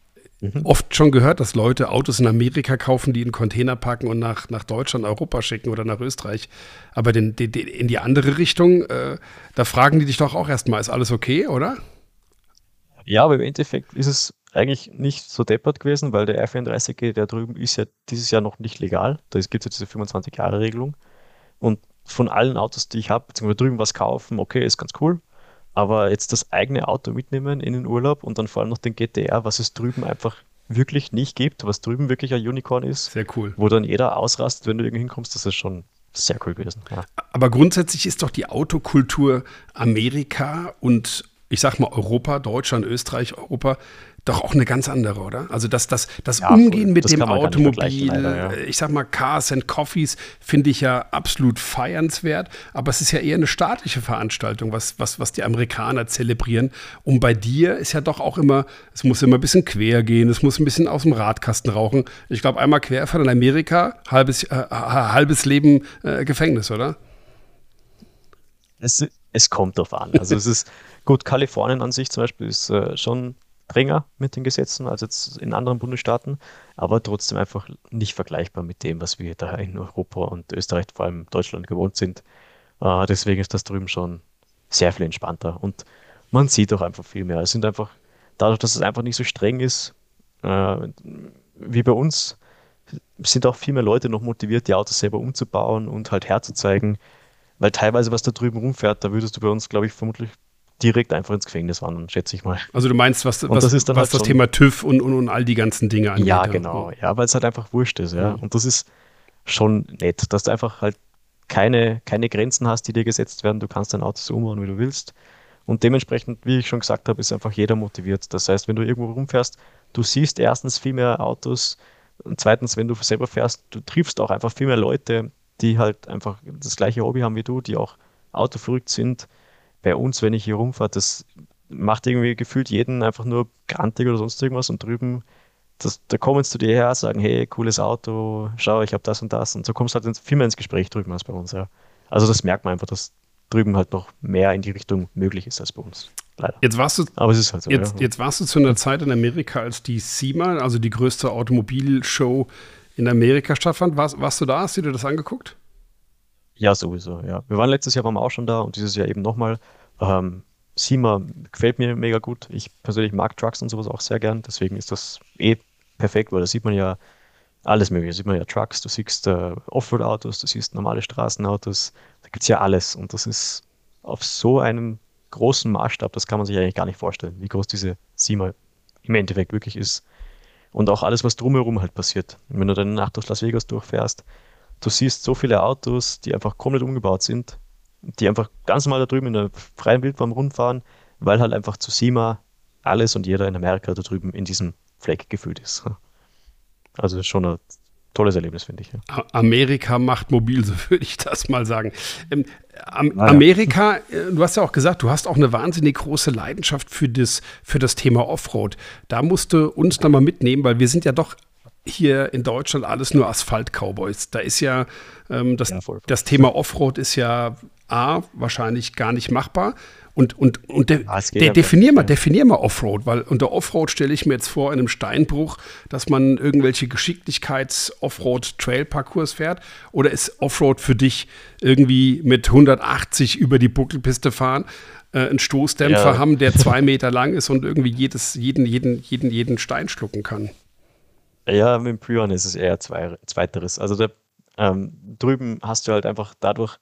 Mhm. oft schon gehört, dass Leute Autos in Amerika kaufen, die in Container packen und nach, nach Deutschland, Europa schicken oder nach Österreich. Aber den, den, den, in die andere Richtung, äh, da fragen die dich doch auch erstmal, ist alles okay, oder? Ja, aber im Endeffekt ist es eigentlich nicht so deppert gewesen, weil der R vierunddreißig G, der drüben ist ja dieses Jahr noch nicht legal. Da gibt es ja diese fünfundzwanzig-Jahre-Regelung. Und von allen Autos, die ich habe, beziehungsweise drüben was kaufen, okay, ist ganz cool. Aber jetzt das eigene Auto mitnehmen in den Urlaub und dann vor allem noch den G T R, was es drüben einfach wirklich nicht gibt, was drüben wirklich ein Unicorn ist, Sehr cool. wo dann jeder ausrastet, wenn du irgendwie hinkommst, das ist schon sehr cool gewesen. Ja. Aber grundsätzlich ist doch die Autokultur Amerika und ich sag mal Europa, Deutschland, Österreich, Europa, doch auch eine ganz andere, oder? Also das, das, das Ja, Umgehen voll. mit Das dem kann man gar nicht Automobil, vergleichen, leider, ja. ich sag mal Cars and Coffees, finde ich ja absolut feiernswert, aber es ist ja eher eine staatliche Veranstaltung, was, was, was die Amerikaner zelebrieren. Und bei dir ist ja doch auch immer, es muss immer ein bisschen quer gehen, es muss ein bisschen aus dem Radkasten rauchen. Ich glaube, einmal querfahren in Amerika, halbes, äh, halbes Leben äh, Gefängnis, oder? Es, es kommt drauf an. Also es ist gut, Kalifornien an sich zum Beispiel ist äh, schon strenger mit den Gesetzen als jetzt in anderen Bundesstaaten, aber trotzdem einfach nicht vergleichbar mit dem, was wir da in Europa und Österreich, vor allem Deutschland, gewohnt sind. Äh, deswegen ist das drüben schon sehr viel entspannter und man sieht auch einfach viel mehr. Es sind einfach, dadurch, dass es einfach nicht so streng ist, äh, wie bei uns, sind auch viel mehr Leute noch motiviert, die Autos selber umzubauen und halt herzuzeigen. Weil teilweise, was da drüben rumfährt, da würdest du bei uns, glaube ich, vermutlich direkt einfach ins Gefängnis wandern, schätze ich mal. Also du meinst, was, Und was, das ist dann was halt das schon- Thema TÜV und, und, und all die ganzen Dinge angeht. Ja, genau. Ja, weil es halt einfach wurscht ist, ja. Mhm. Und das ist schon nett, dass du einfach halt keine, keine Grenzen hast, die dir gesetzt werden. Du kannst dein Auto so umbauen, wie du willst. Und dementsprechend, wie ich schon gesagt habe, ist einfach jeder motiviert. Das heißt, wenn du irgendwo rumfährst, du siehst erstens viel mehr Autos und zweitens, wenn du selber fährst, du triffst auch einfach viel mehr Leute, die halt einfach das gleiche Hobby haben wie du, die auch autoverrückt sind. Bei uns, wenn ich hier rumfahre, das macht irgendwie gefühlt jeden einfach nur grantig oder sonst irgendwas und drüben, das, da kommen sie zu dir her, sagen, hey, cooles Auto, schau, ich habe das und das und so kommst du halt ins, viel mehr ins Gespräch drüben als bei uns, ja. Also das merkt man einfach, dass drüben halt noch mehr in die Richtung möglich ist als bei uns, leider. Jetzt warst du, Aber es ist halt so, jetzt, ja. jetzt warst du zu einer Zeit in Amerika, als die SEMA, also die größte Automobilshow in Amerika stattfand. Warst, warst du da? Hast du dir das angeguckt? Ja, sowieso, ja. Wir waren letztes Jahr waren wir auch schon da und dieses Jahr eben nochmal. Ähm, SEMA gefällt mir mega gut. Ich persönlich mag Trucks und sowas auch sehr gern, deswegen ist das eh perfekt, weil da sieht man ja alles Mögliche. Da sieht man ja Trucks, du siehst äh, Offroad-Autos, du siehst normale Straßenautos, da gibt es ja alles und das ist auf so einem großen Maßstab, das kann man sich eigentlich gar nicht vorstellen, wie groß diese SEMA im Endeffekt wirklich ist. Und auch alles, was drumherum halt passiert. Wenn du dann Nacht durch Las Vegas durchfährst, du siehst so viele Autos, die einfach komplett umgebaut sind, die einfach ganz normal da drüben in der freien Wildbahn rumfahren, weil halt einfach zu SEMA alles und jeder in Amerika da drüben in diesem Fleck gefühlt ist. Also das ist schon ein tolles Erlebnis, finde ich. Ja. A- Amerika macht mobil, so würde ich das mal sagen. Ähm, Am Ah, ja. Amerika, äh, du hast ja auch gesagt, du hast auch eine wahnsinnig große Leidenschaft für das, für das Thema Offroad. Da musst du uns da mal mitnehmen, weil wir sind ja doch hier in Deutschland alles nur Asphalt-Cowboys. Da ist ja, ähm, das, Ja, voll. das Thema Offroad ist ja A, wahrscheinlich gar nicht machbar. Und, und, und de, Ah, es geht de, einfach definier nicht, mal, ja. definier mal Offroad, weil unter Offroad stelle ich mir jetzt vor, in einem Steinbruch, dass man irgendwelche Geschicklichkeits-Offroad-Trail-Parcours fährt. Oder ist Offroad für dich irgendwie mit hundertachtzig über die Buckelpiste fahren, äh, einen Stoßdämpfer Ja. haben, der zwei Meter lang ist und irgendwie jedes, jeden, jeden, jeden, jeden Stein schlucken kann? Ja, mit dem Pre-One ist es eher zwei, zweiteres. Also da, ähm, drüben hast du halt einfach dadurch,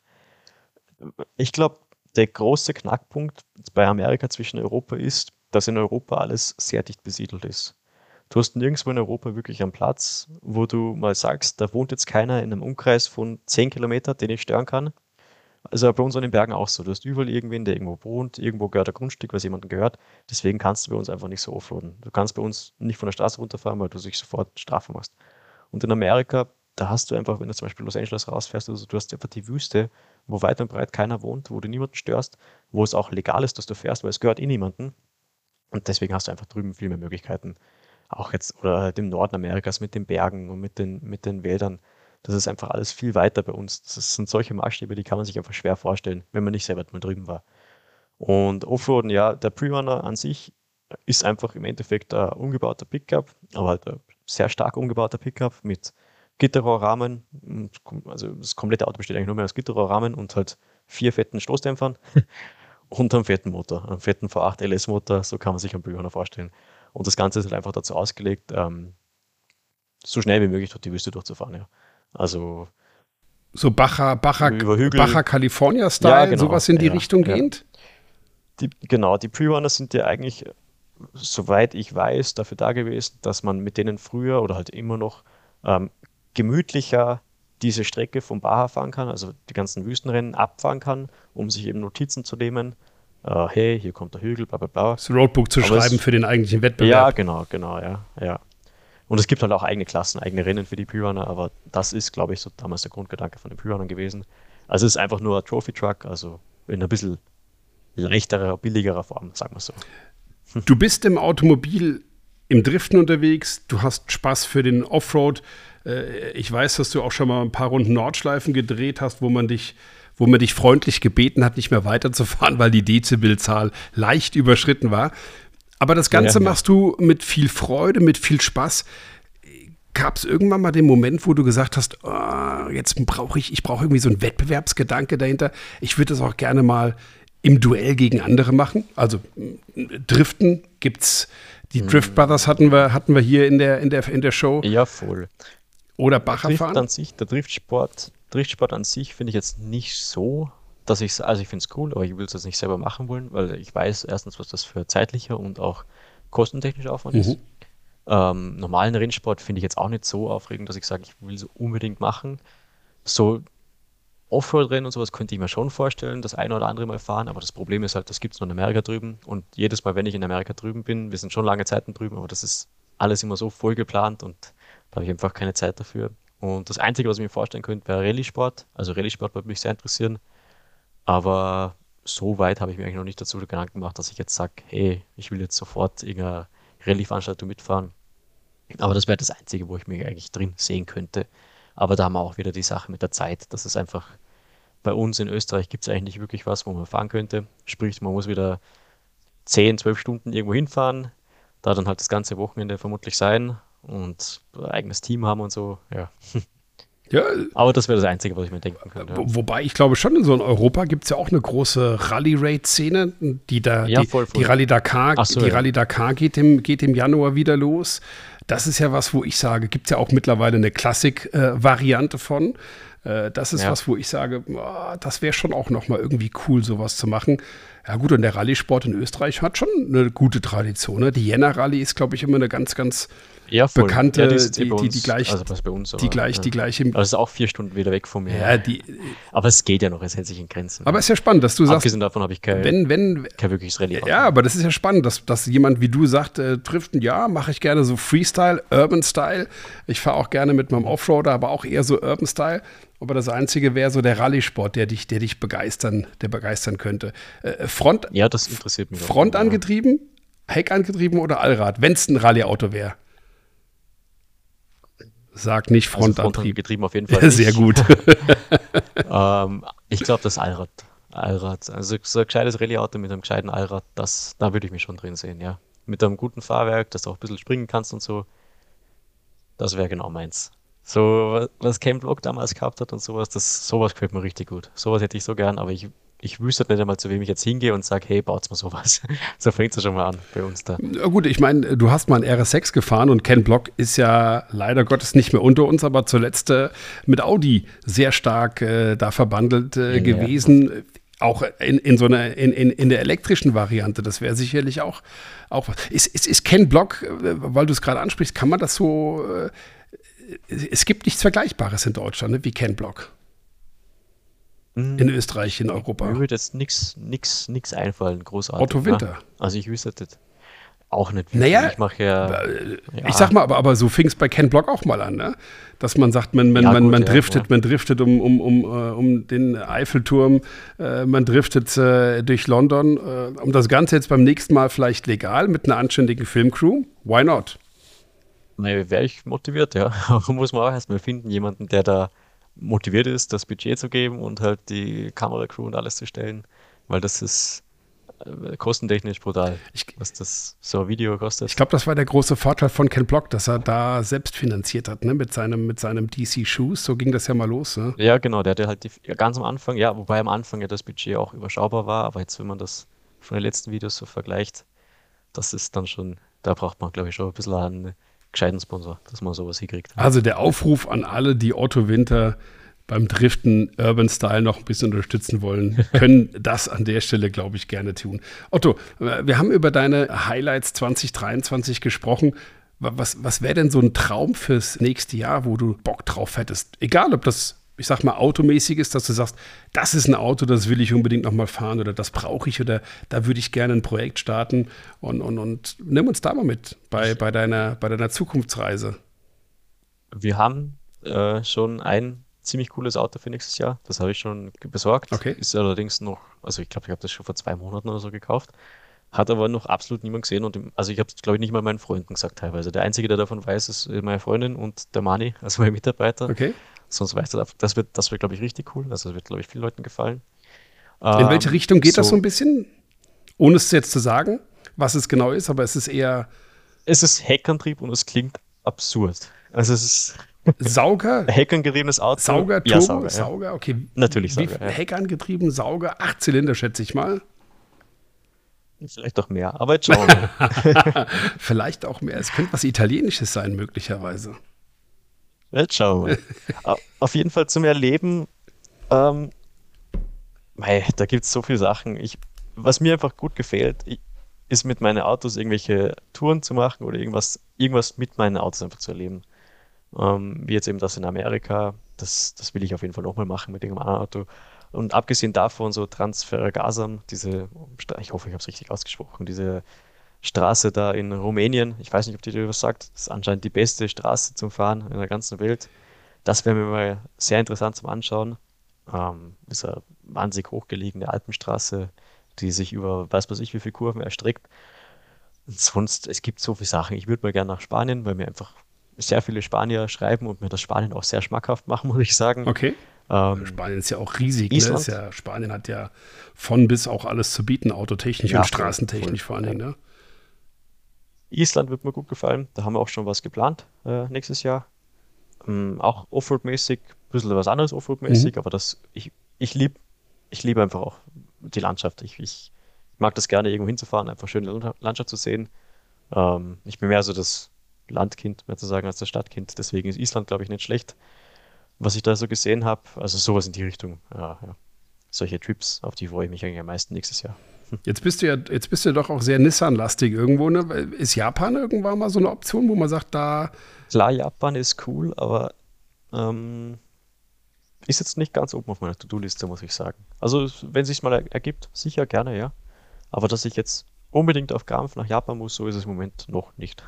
ich glaube, der große Knackpunkt bei Amerika zwischen Europa ist, dass in Europa alles sehr dicht besiedelt ist. Du hast nirgendwo in Europa wirklich einen Platz, wo du mal sagst, da wohnt jetzt keiner in einem Umkreis von zehn Kilometern, den ich stören kann. Also bei uns an den Bergen auch so. Du hast überall irgendwen, der irgendwo wohnt, irgendwo gehört ein Grundstück, was jemandem gehört. Deswegen kannst du bei uns einfach nicht so offroaden. Du kannst bei uns nicht von der Straße runterfahren, weil du dich sofort strafbar machst. Und in Amerika, da hast du einfach, wenn du zum Beispiel Los Angeles rausfährst, also du hast einfach die Wüste, wo weit und breit keiner wohnt, wo du niemanden störst, wo es auch legal ist, dass du fährst, weil es gehört eh niemanden. Und deswegen hast du einfach drüben viel mehr Möglichkeiten. Auch jetzt, oder halt im Norden Amerikas mit den Bergen und mit den, mit den Wäldern. Das ist einfach alles viel weiter bei uns. Das sind solche Maßstäbe, die kann man sich einfach schwer vorstellen, wenn man nicht selber mal drüben war. Und Offroaden, ja, der Pre-Runner an sich ist einfach im Endeffekt ein umgebauter Pickup, aber halt ein sehr stark umgebauter Pickup mit Gitterrohrrahmen. Also das komplette Auto besteht eigentlich nur mehr aus Gitterrohrrahmen und halt vier fetten Stoßdämpfern und einem fetten Motor, einem fetten V acht L S-Motor, so kann man sich einen Pre-Runner vorstellen. Und das Ganze ist halt einfach dazu ausgelegt, ähm, so schnell wie möglich durch die Wüste durchzufahren. Ja. Also so Baja, Baja, über Hügel. Baja California-Style, Ja, genau. sowas in die Ja, Richtung ja. gehend? Die, genau, die Pre-Runner sind ja eigentlich, soweit ich weiß, dafür da gewesen, dass man mit denen früher oder halt immer noch ähm, gemütlicher diese Strecke vom Baja fahren kann, also die ganzen Wüstenrennen abfahren kann, um sich eben Notizen zu nehmen. Äh, hey, hier kommt der Hügel, bla bla bla. Das Roadbook zu Aber schreiben es- für den eigentlichen Ja, Wettbewerb. genau, genau, ja, ja. Und es gibt halt auch eigene Klassen, eigene Rennen für die Pre-Runner, aber das ist, glaube ich, so damals der Grundgedanke von den Pre-Runnern gewesen. Also es ist einfach nur ein Trophy-Truck, also in ein bisschen leichterer, billigerer Form, sagen wir so. Du bist im Automobil im Driften unterwegs, du hast Spaß für den Offroad. Äh, Ich weiß, dass du auch schon mal ein paar Runden Nordschleifen gedreht hast, wo man dich, wo man dich freundlich gebeten hat, nicht mehr weiterzufahren, weil die Dezibelzahl leicht überschritten war. Aber das Ganze Ja, ja. machst du mit viel Freude, mit viel Spaß. Gab es irgendwann mal den Moment, wo du gesagt hast, oh, jetzt brauche ich, ich brauche irgendwie so einen Wettbewerbsgedanke dahinter. Ich würde das auch gerne mal im Duell gegen andere machen. Also m, Driften gibt's, die Drift Brothers hatten wir, hatten wir hier in der, in der, in der Show. Ja, voll. Oder Baja Drift fahren. an sich, der Driftsport, Driftsport an sich finde ich jetzt nicht so, dass ich, also ich finde es cool, aber ich will es jetzt nicht selber machen wollen, weil ich weiß erstens, was das für zeitlicher und auch kostentechnischer Aufwand ist. Mhm. Ähm, normalen Rennsport finde ich jetzt auch nicht so aufregend, dass ich sage, ich will so unbedingt machen. So Offroad-Rennen und sowas könnte ich mir schon vorstellen, das eine oder andere Mal fahren, aber das Problem ist halt, das gibt es nur in Amerika drüben und jedes Mal, wenn ich in Amerika drüben bin, wir sind schon lange Zeiten drüben, aber das ist alles immer so voll geplant und da habe ich einfach keine Zeit dafür. Und das Einzige, was ich mir vorstellen könnte, wäre Rallye-Sport. Also Rallye-Sport würde mich sehr interessieren, aber so weit habe ich mir eigentlich noch nicht dazu Gedanken gemacht, dass ich jetzt sage, hey, ich will jetzt sofort irgendeine Rallye-Veranstaltung mitfahren. Aber das wäre das Einzige, wo ich mich eigentlich drin sehen könnte. Aber da haben wir auch wieder die Sache mit der Zeit. Das ist einfach, bei uns in Österreich gibt es eigentlich nicht wirklich was, wo man fahren könnte. Sprich, man muss wieder zehn, zwölf Stunden irgendwo hinfahren, da dann halt das ganze Wochenende vermutlich sein und ein eigenes Team haben und so. Ja. Ja, Aber das wäre das Einzige, was ich mir denken könnte. Ja, wo- wobei ich glaube schon, in so in Europa gibt es ja auch eine große Rallye-Raid-Szene, die da, Ja, die, voll, voll. die Rallye Dakar, Ach so, die ja. Rallye Dakar geht im, geht im Januar wieder los. Das ist ja was, wo ich sage, gibt es ja auch mittlerweile eine Klassik-Variante von. Äh, Das ist Ja. was, wo ich sage, boah, das wäre schon auch noch mal irgendwie cool, sowas zu machen. Ja gut, und der Rallye-Sport in Österreich hat schon eine gute Tradition. Ne? Die Jänner-Rallye ist, glaube ich, immer eine ganz, ganz Ja, voll. bekannte, Ja, die, ist eh die- bei die- uns, die gleich- also was bei uns, die aber, gleich, ja. die gleiche. Aber das ist auch vier Stunden wieder weg von mir. Ja, die, Aber es geht ja noch, es hält sich in Grenzen. aber es ist ja spannend, dass du sagst, Abgesehen davon habe ich kein, wenn, wenn, kein wirkliches Rallye. ja, aber das ist ja spannend, dass, dass jemand wie du sagt, äh, Driften, ja, mache ich gerne so Freestyle, Urban Style. Ich fahre auch gerne mit meinem Offroader, aber auch eher so Urban Style. Aber das Einzige wäre so der Rallye-Sport, der dich, der dich begeistern, der begeistern könnte. Äh, Front, Ja, das interessiert mich auch. Front Ja. angetrieben, Heck angetrieben oder Allrad, wenn es ein Rallye-Auto wäre. Sag nicht Also Frontantrieb. getrieben auf jeden Fall. nicht. Sehr gut. Ähm, ich glaube, das Allrad. Allrad. Also so ein gescheites Rallye-Auto mit einem gescheiten Allrad, das, da würde ich mich schon drin sehen, ja. Mit einem guten Fahrwerk, dass du auch ein bisschen springen kannst und so. Das wäre genau meins. So, was Ken Block damals gehabt hat und sowas, das, sowas gefällt mir richtig gut. Sowas hätte ich so gern, aber ich, ich wüsste nicht einmal, zu wem ich jetzt hingehe und sage, hey, baut's mal sowas. So fängt es schon mal an bei uns da. Ja gut, ich meine, du hast mal ein R S sechs gefahren und Ken Block ist ja leider Gottes nicht mehr unter uns, aber zuletzt äh, mit Audi sehr stark äh, da verbandelt äh, Ja. gewesen. Auch in, in so einer, in, in, in der elektrischen Variante, das wäre sicherlich auch, auch was. Ist, ist, ist Ken Block, äh, weil du es gerade ansprichst, kann man das so, äh, es gibt nichts Vergleichbares in Deutschland, ne, wie Ken Block. In Österreich, in Mir Europa. würde jetzt nichts nix, nix einfallen, großartig. Otto Winter. Ne? Also ich wüsste das auch nicht wirklich. Naja, ich mache ja, Äh, ja. Ich sag mal, aber, aber so fing es bei Ken Block auch mal an, ne? Dass man sagt, man, man, Ja, man, gut, man ja, driftet, ja. man driftet um, um, um, äh, um den Eiffelturm, äh, man driftet äh, durch London. Äh, um das Ganze jetzt beim nächsten Mal vielleicht legal mit einer anständigen Filmcrew. Why not? naja, wäre ich motiviert, ja. Aber muss man auch erstmal finden, jemanden, der da motiviert ist, das Budget zu geben und halt die Kameracrew und alles zu stellen. Weil das ist äh, kostentechnisch brutal, Ich, was das so ein Video kostet. ich glaube, das war der große Vorteil von Ken Block, dass er da selbst finanziert hat, ne? Mit seinem, mit seinem D C Shoes. So ging das ja mal los. Ne? Ja, genau, der hatte halt die, ja, ganz am Anfang, ja, wobei am Anfang ja das Budget auch überschaubar war, aber jetzt, wenn man das von den letzten Videos so vergleicht, das ist dann schon, da braucht man, glaube ich, schon ein bisschen einen gescheiten Sponsor, dass man sowas hinkriegt. Also der Aufruf an alle, die Otto Winter beim Driften Urban Style noch ein bisschen unterstützen wollen, können das an der Stelle, glaube ich, gerne tun. Otto, wir haben über deine Highlights zwanzig dreiundzwanzig gesprochen. Was, was wäre denn so ein Traum fürs nächste Jahr, wo du Bock drauf hättest? Egal, ob das, ich sag mal, automäßig ist, dass du sagst, das ist ein Auto, das will ich unbedingt noch mal fahren oder das brauche ich oder da würde ich gerne ein Projekt starten und, und, und nimm uns da mal mit bei, bei, deiner, bei deiner Zukunftsreise. Wir haben äh, schon ein ziemlich cooles Auto für nächstes Jahr. Das habe ich schon ge- besorgt. Okay. Ist allerdings noch, also ich glaube, ich habe das schon vor zwei Monaten oder so gekauft. Hat aber noch absolut niemand gesehen. Und im, also ich habe es, glaube ich, nicht mal meinen Freunden gesagt teilweise. Der Einzige, der davon weiß, ist äh, meine Freundin und der Mani, also mein Mitarbeiter. Okay. Sonst weiß der, das wird, das wird, glaube ich, richtig cool. Also das wird, glaube ich, vielen Leuten gefallen. In welche Ähm, Richtung geht das so so, ein bisschen? Ohne es jetzt zu sagen, was es genau ist, aber es ist eher es ist Heckantrieb und es klingt absurd. Also es ist Sauger, ein heckangetriebenes Auto. Sauger, Ja, Turbo, Sauger, ja. Sauger, okay. Natürlich Wie Sauger, viel ja. Heck angetrieben, Sauger, acht Zylinder, schätze ich mal. Vielleicht doch mehr, aber jetzt schauen wir mal. Vielleicht auch mehr. Es könnte was Italienisches sein, möglicherweise. Jetzt schauen wir mal. Au- Auf jeden Fall zum Erleben, ähm, mei, da gibt es so viele Sachen. Ich, was mir einfach gut gefällt, ich, ist mit meinen Autos irgendwelche Touren zu machen oder irgendwas, irgendwas mit meinen Autos einfach zu erleben. Ähm, wie jetzt eben das in Amerika, das, das will ich auf jeden Fall nochmal machen mit irgendeinem anderen Auto. Und abgesehen davon so Transfergasam, diese, Stra- ich hoffe, ich habe es richtig ausgesprochen, diese Straße da in Rumänien, ich weiß nicht, ob die dir was sagt, das ist anscheinend die beste Straße zum Fahren in der ganzen Welt. Das wäre mir mal sehr interessant zum Anschauen. Ähm, ist eine wahnsinnig hochgelegene Alpenstraße, die sich über weiß was ich wie viele Kurven erstreckt. Und sonst, es gibt so viele Sachen. Ich würde mal gerne nach Spanien, weil mir einfach sehr viele Spanier schreiben und mir das Spanien auch sehr schmackhaft machen, muss ich sagen. Okay. Ähm, Spanien ist ja auch riesig. Ne? Ist Island, ja, Spanien hat ja von bis auch alles zu bieten, autotechnisch und ja, voll, voll. straßentechnisch vor allen Ja. Dingen. Ne? Island wird mir gut gefallen. Da haben wir auch schon was geplant äh, nächstes Jahr. Ähm, auch Offroad-mäßig, ein bisschen was anderes Offroad-mäßig, Mhm. aber das, ich, ich liebe ich lieb einfach auch die Landschaft. Ich, ich mag das gerne, irgendwo hinzufahren, einfach schöne Land- Landschaft zu sehen. Ähm, ich bin mehr so das Landkind, mehr zu sagen, als das Stadtkind. Deswegen ist Island, glaube ich, nicht schlecht, was ich da so gesehen habe. Also sowas in die Richtung. Ja, ja. Solche Trips, auf die freue ich mich eigentlich am meisten nächstes Jahr. Jetzt bist du ja, jetzt bist du ja doch auch sehr Nissan-lastig irgendwo. Ne? Ist Japan irgendwann mal so eine Option, wo man sagt, da Klar, Japan ist cool, aber ähm, ist jetzt nicht ganz oben auf meiner To-Do-Liste, muss ich sagen. Also, wenn sich mal er- ergibt, sicher gerne, ja. Aber dass ich jetzt unbedingt auf Krampf nach Japan muss, so ist es im Moment noch nicht.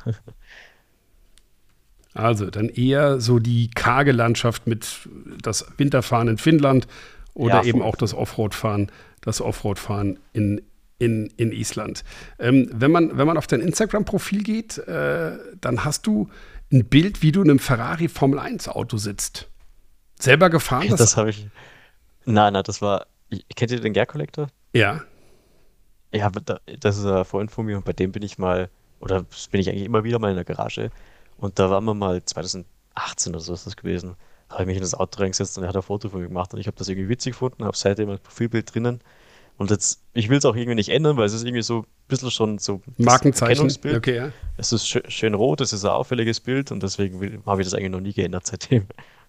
Also dann eher so die karge Landschaft mit das Winterfahren in Finnland oder Ja, eben voll, auch das voll. Offroad-Fahren, das Offroad-Fahren in, in, in Island. Ähm, wenn man, wenn man auf dein Instagram-Profil geht, äh, dann hast du ein Bild, wie du in einem Ferrari Formel eins Auto sitzt. Selber gefahren? Das, Das habe ich. Nein, nein, das war. Ich- Kennt ihr den Gare Collector? ja, Ja, aber da, das ist ein Freund von mir und bei dem bin ich mal, oder das bin ich eigentlich immer wieder mal in der Garage. Und da waren wir mal zwanzig achtzehn oder so ist das gewesen. Da habe ich mich in das Auto reingesetzt und er hat ein Foto von mir gemacht und ich habe das irgendwie witzig gefunden, habe seitdem ein Profilbild drinnen. Und jetzt, ich will es auch irgendwie nicht ändern, weil es ist irgendwie so ein bisschen schon so das Markenzeichen. Erkennungsbild. Okay, ja. Es ist schön, schön rot, es ist ein auffälliges Bild und deswegen will- habe ich das eigentlich noch nie geändert seitdem.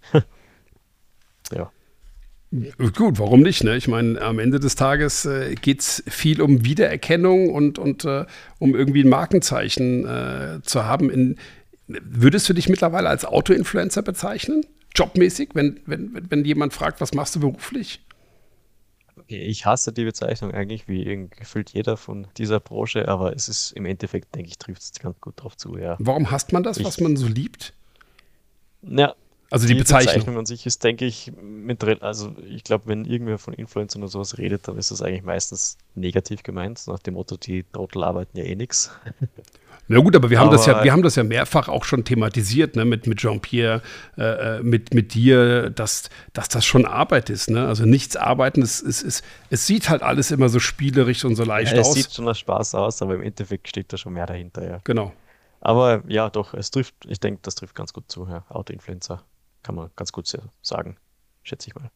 Ja. Gut, warum nicht? Ne? Ich meine, am Ende des Tages äh, geht es viel um Wiedererkennung und, und äh, um irgendwie ein Markenzeichen äh, zu haben. In, würdest du dich mittlerweile als Auto-Influencer bezeichnen? Jobmäßig, wenn, wenn, wenn wenn jemand fragt, was machst du beruflich? Okay, ich hasse die Bezeichnung eigentlich, wie irgend- gefühlt jeder von dieser Branche, aber es ist im Endeffekt, denke ich, trifft es ganz gut drauf zu, ja. Warum hasst man das, was Ich, man so liebt? ja, Also die, die Bezeichnung. Bezeichnung an sich ist, denke ich, mit drin. Also ich glaube, wenn irgendwer von Influencern oder sowas redet, dann ist das eigentlich meistens negativ gemeint, nach dem Motto, die Trottel arbeiten ja eh nichts. Na gut, aber wir haben aber, das ja, wir haben das ja mehrfach auch schon thematisiert, ne, mit, mit Jean-Pierre, äh, mit, mit dir, dass, dass das schon Arbeit ist, ne? Also nichts arbeiten, es, es, es, es sieht halt alles immer so spielerisch und so leicht ja, aus. Es sieht schon nach Spaß aus, aber im Endeffekt steht da schon mehr dahinter, ja. Genau. Aber ja, doch, es trifft, ich denke, das trifft ganz gut zu, ja. Auto-Influencer, kann man ganz gut sagen, schätze ich mal.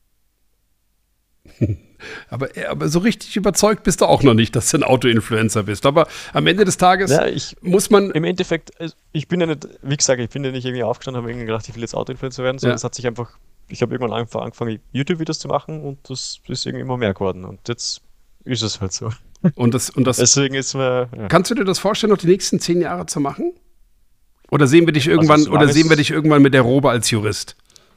Aber, aber so richtig überzeugt bist du auch noch nicht, dass du ein Auto-Influencer bist. Aber am Ende des Tages ja, ich, muss man. Im Endeffekt, ich bin ja nicht, wie gesagt, ich bin ja nicht irgendwie aufgestanden, habe irgendwie gedacht, ich will jetzt Auto-Influencer werden, sondern Ja. es hat sich einfach, ich habe irgendwann einfach angefangen, YouTube-Videos zu machen und das ist irgendwie immer mehr geworden. Und jetzt ist es halt so. Und das, und das, Deswegen ist mir. Ja. Kannst du dir das vorstellen, noch die nächsten zehn Jahre zu machen? Oder sehen wir dich irgendwann, Also, solange oder sehen wir es- dich irgendwann mit der Robe als Jurist?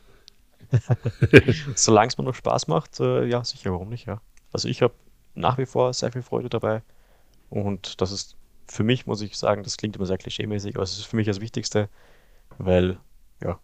Solange es mir noch Spaß macht, äh, ja, sicher, warum nicht, ja. Also ich habe nach wie vor sehr viel Freude dabei und das ist für mich, muss ich sagen, das klingt immer sehr klischeemäßig, aber es ist für mich das Wichtigste, weil, ja,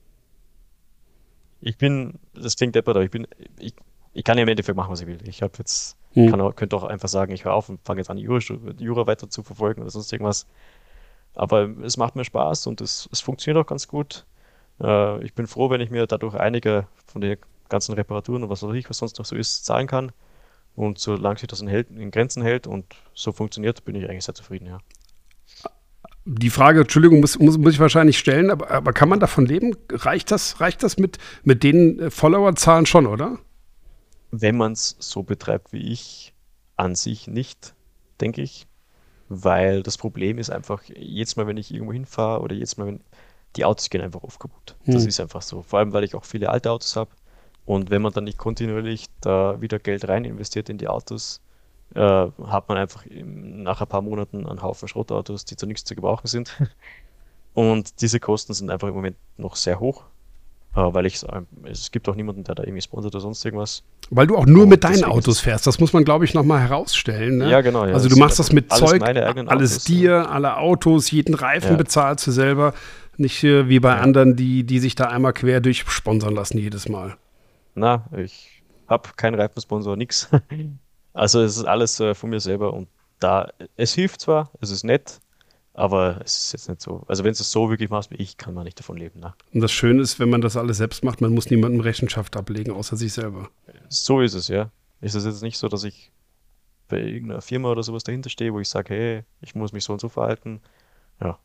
ich bin, das klingt deppert, aber ich bin, ich, ich kann ja im Endeffekt machen, was ich will. Ich habe jetzt, Hm. kann auch, könnte auch einfach sagen, ich höre auf und fange jetzt an, Jura, Jura weiter zu verfolgen oder sonst irgendwas. Aber es macht mir Spaß und es, es funktioniert auch ganz gut. Äh, ich bin froh, wenn ich mir dadurch einige von den ganzen Reparaturen und was weiß ich, was sonst noch so ist, zahlen kann. Und solange sich das in, hält, in Grenzen hält und so funktioniert, bin ich eigentlich sehr zufrieden, ja. Die Frage, Entschuldigung, muss, muss, muss ich wahrscheinlich stellen, aber, aber kann man davon leben? Reicht das, reicht das mit, mit den äh, Followerzahlen schon, oder? Wenn man es so betreibt wie ich, an sich nicht, denke ich. Weil das Problem ist einfach, jedes Mal, wenn ich irgendwo hinfahre oder jedes Mal, wenn die Autos gehen einfach oft kaputt. Das Hm. ist einfach so. Vor allem, weil ich auch viele alte Autos habe. Und wenn man dann nicht kontinuierlich da wieder Geld rein investiert in die Autos, äh, hat man einfach im, nach ein paar Monaten einen Haufen Schrottautos, die zu nichts zu gebrauchen sind. Und diese Kosten sind einfach im Moment noch sehr hoch. Äh, weil ich, es gibt auch niemanden, der da irgendwie sponsert oder sonst irgendwas. Weil du auch nur Und mit deinen deswegen ist Autos es- fährst. Das muss man, glaube ich, nochmal herausstellen. Ne? Ja, genau. Ja. Also Es du machst sind das mit alles Zeug, meine eigenen alles Autos, dir, alle Autos, jeden Reifen Ja. bezahlst du selber. Nicht äh, wie bei Ja. anderen, die, die sich da einmal quer durchsponsern lassen jedes Mal. Na, ich habe keinen Reifensponsor, nix. Also es ist alles äh, von mir selber und da, es hilft zwar, es ist nett, aber es ist jetzt nicht so. Also wenn du es so wirklich machst wie ich, kann man nicht davon leben. Ne? Und das Schöne ist, wenn man das alles selbst macht, man muss niemandem Rechenschaft ablegen, außer sich selber. So ist es, ja. Ist es jetzt nicht so, dass ich bei irgendeiner Firma oder sowas dahinter stehe, wo ich sage, hey, ich muss mich so und so verhalten. Ja.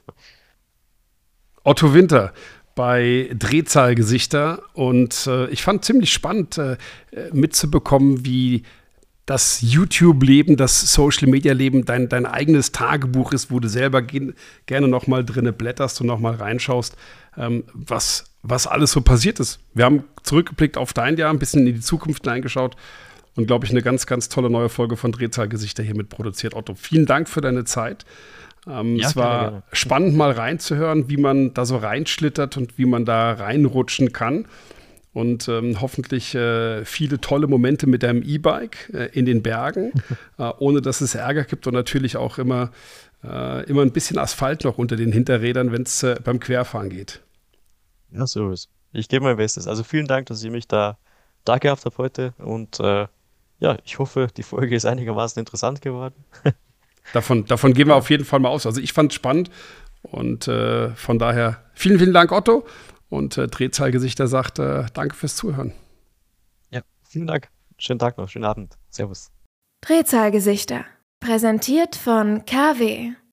Otto Winter bei Drehzahlgesichter und äh, ich fand ziemlich spannend äh, mitzubekommen, wie das YouTube-Leben, das Social-Media-Leben dein, dein eigenes Tagebuch ist, wo du selber ge- gerne noch mal drinne blätterst und noch mal reinschaust, ähm, was, was alles so passiert ist. Wir haben zurückgeblickt auf dein Jahr, ein bisschen in die Zukunft hineingeschaut und, glaube ich, eine ganz, ganz tolle neue Folge von Drehzahlgesichter hiermit produziert. Otto, vielen Dank für deine Zeit. Ähm, Ja, es war gerne, gerne. spannend, mal reinzuhören, wie man da so reinschlittert und wie man da reinrutschen kann. Und ähm, hoffentlich äh, viele tolle Momente mit deinem E-Bike äh, in den Bergen, äh, ohne dass es Ärger gibt und natürlich auch immer, äh, immer ein bisschen Asphalt noch unter den Hinterrädern, wenn es äh, beim Querfahren geht. Ja, so ist es. Ich gebe mein Bestes. Also vielen Dank, dass ihr mich da, da gehabt habt heute und äh, ja, ich hoffe, die Folge ist einigermaßen interessant geworden. Davon, davon gehen wir auf jeden Fall mal aus. Also ich fand es spannend und äh, von daher vielen, vielen Dank, Otto. Und äh, Drehzahlgesichter sagt, äh, danke fürs Zuhören. Ja, vielen Dank. Schönen Tag noch, schönen Abend. Servus. Drehzahlgesichter. Präsentiert von K W.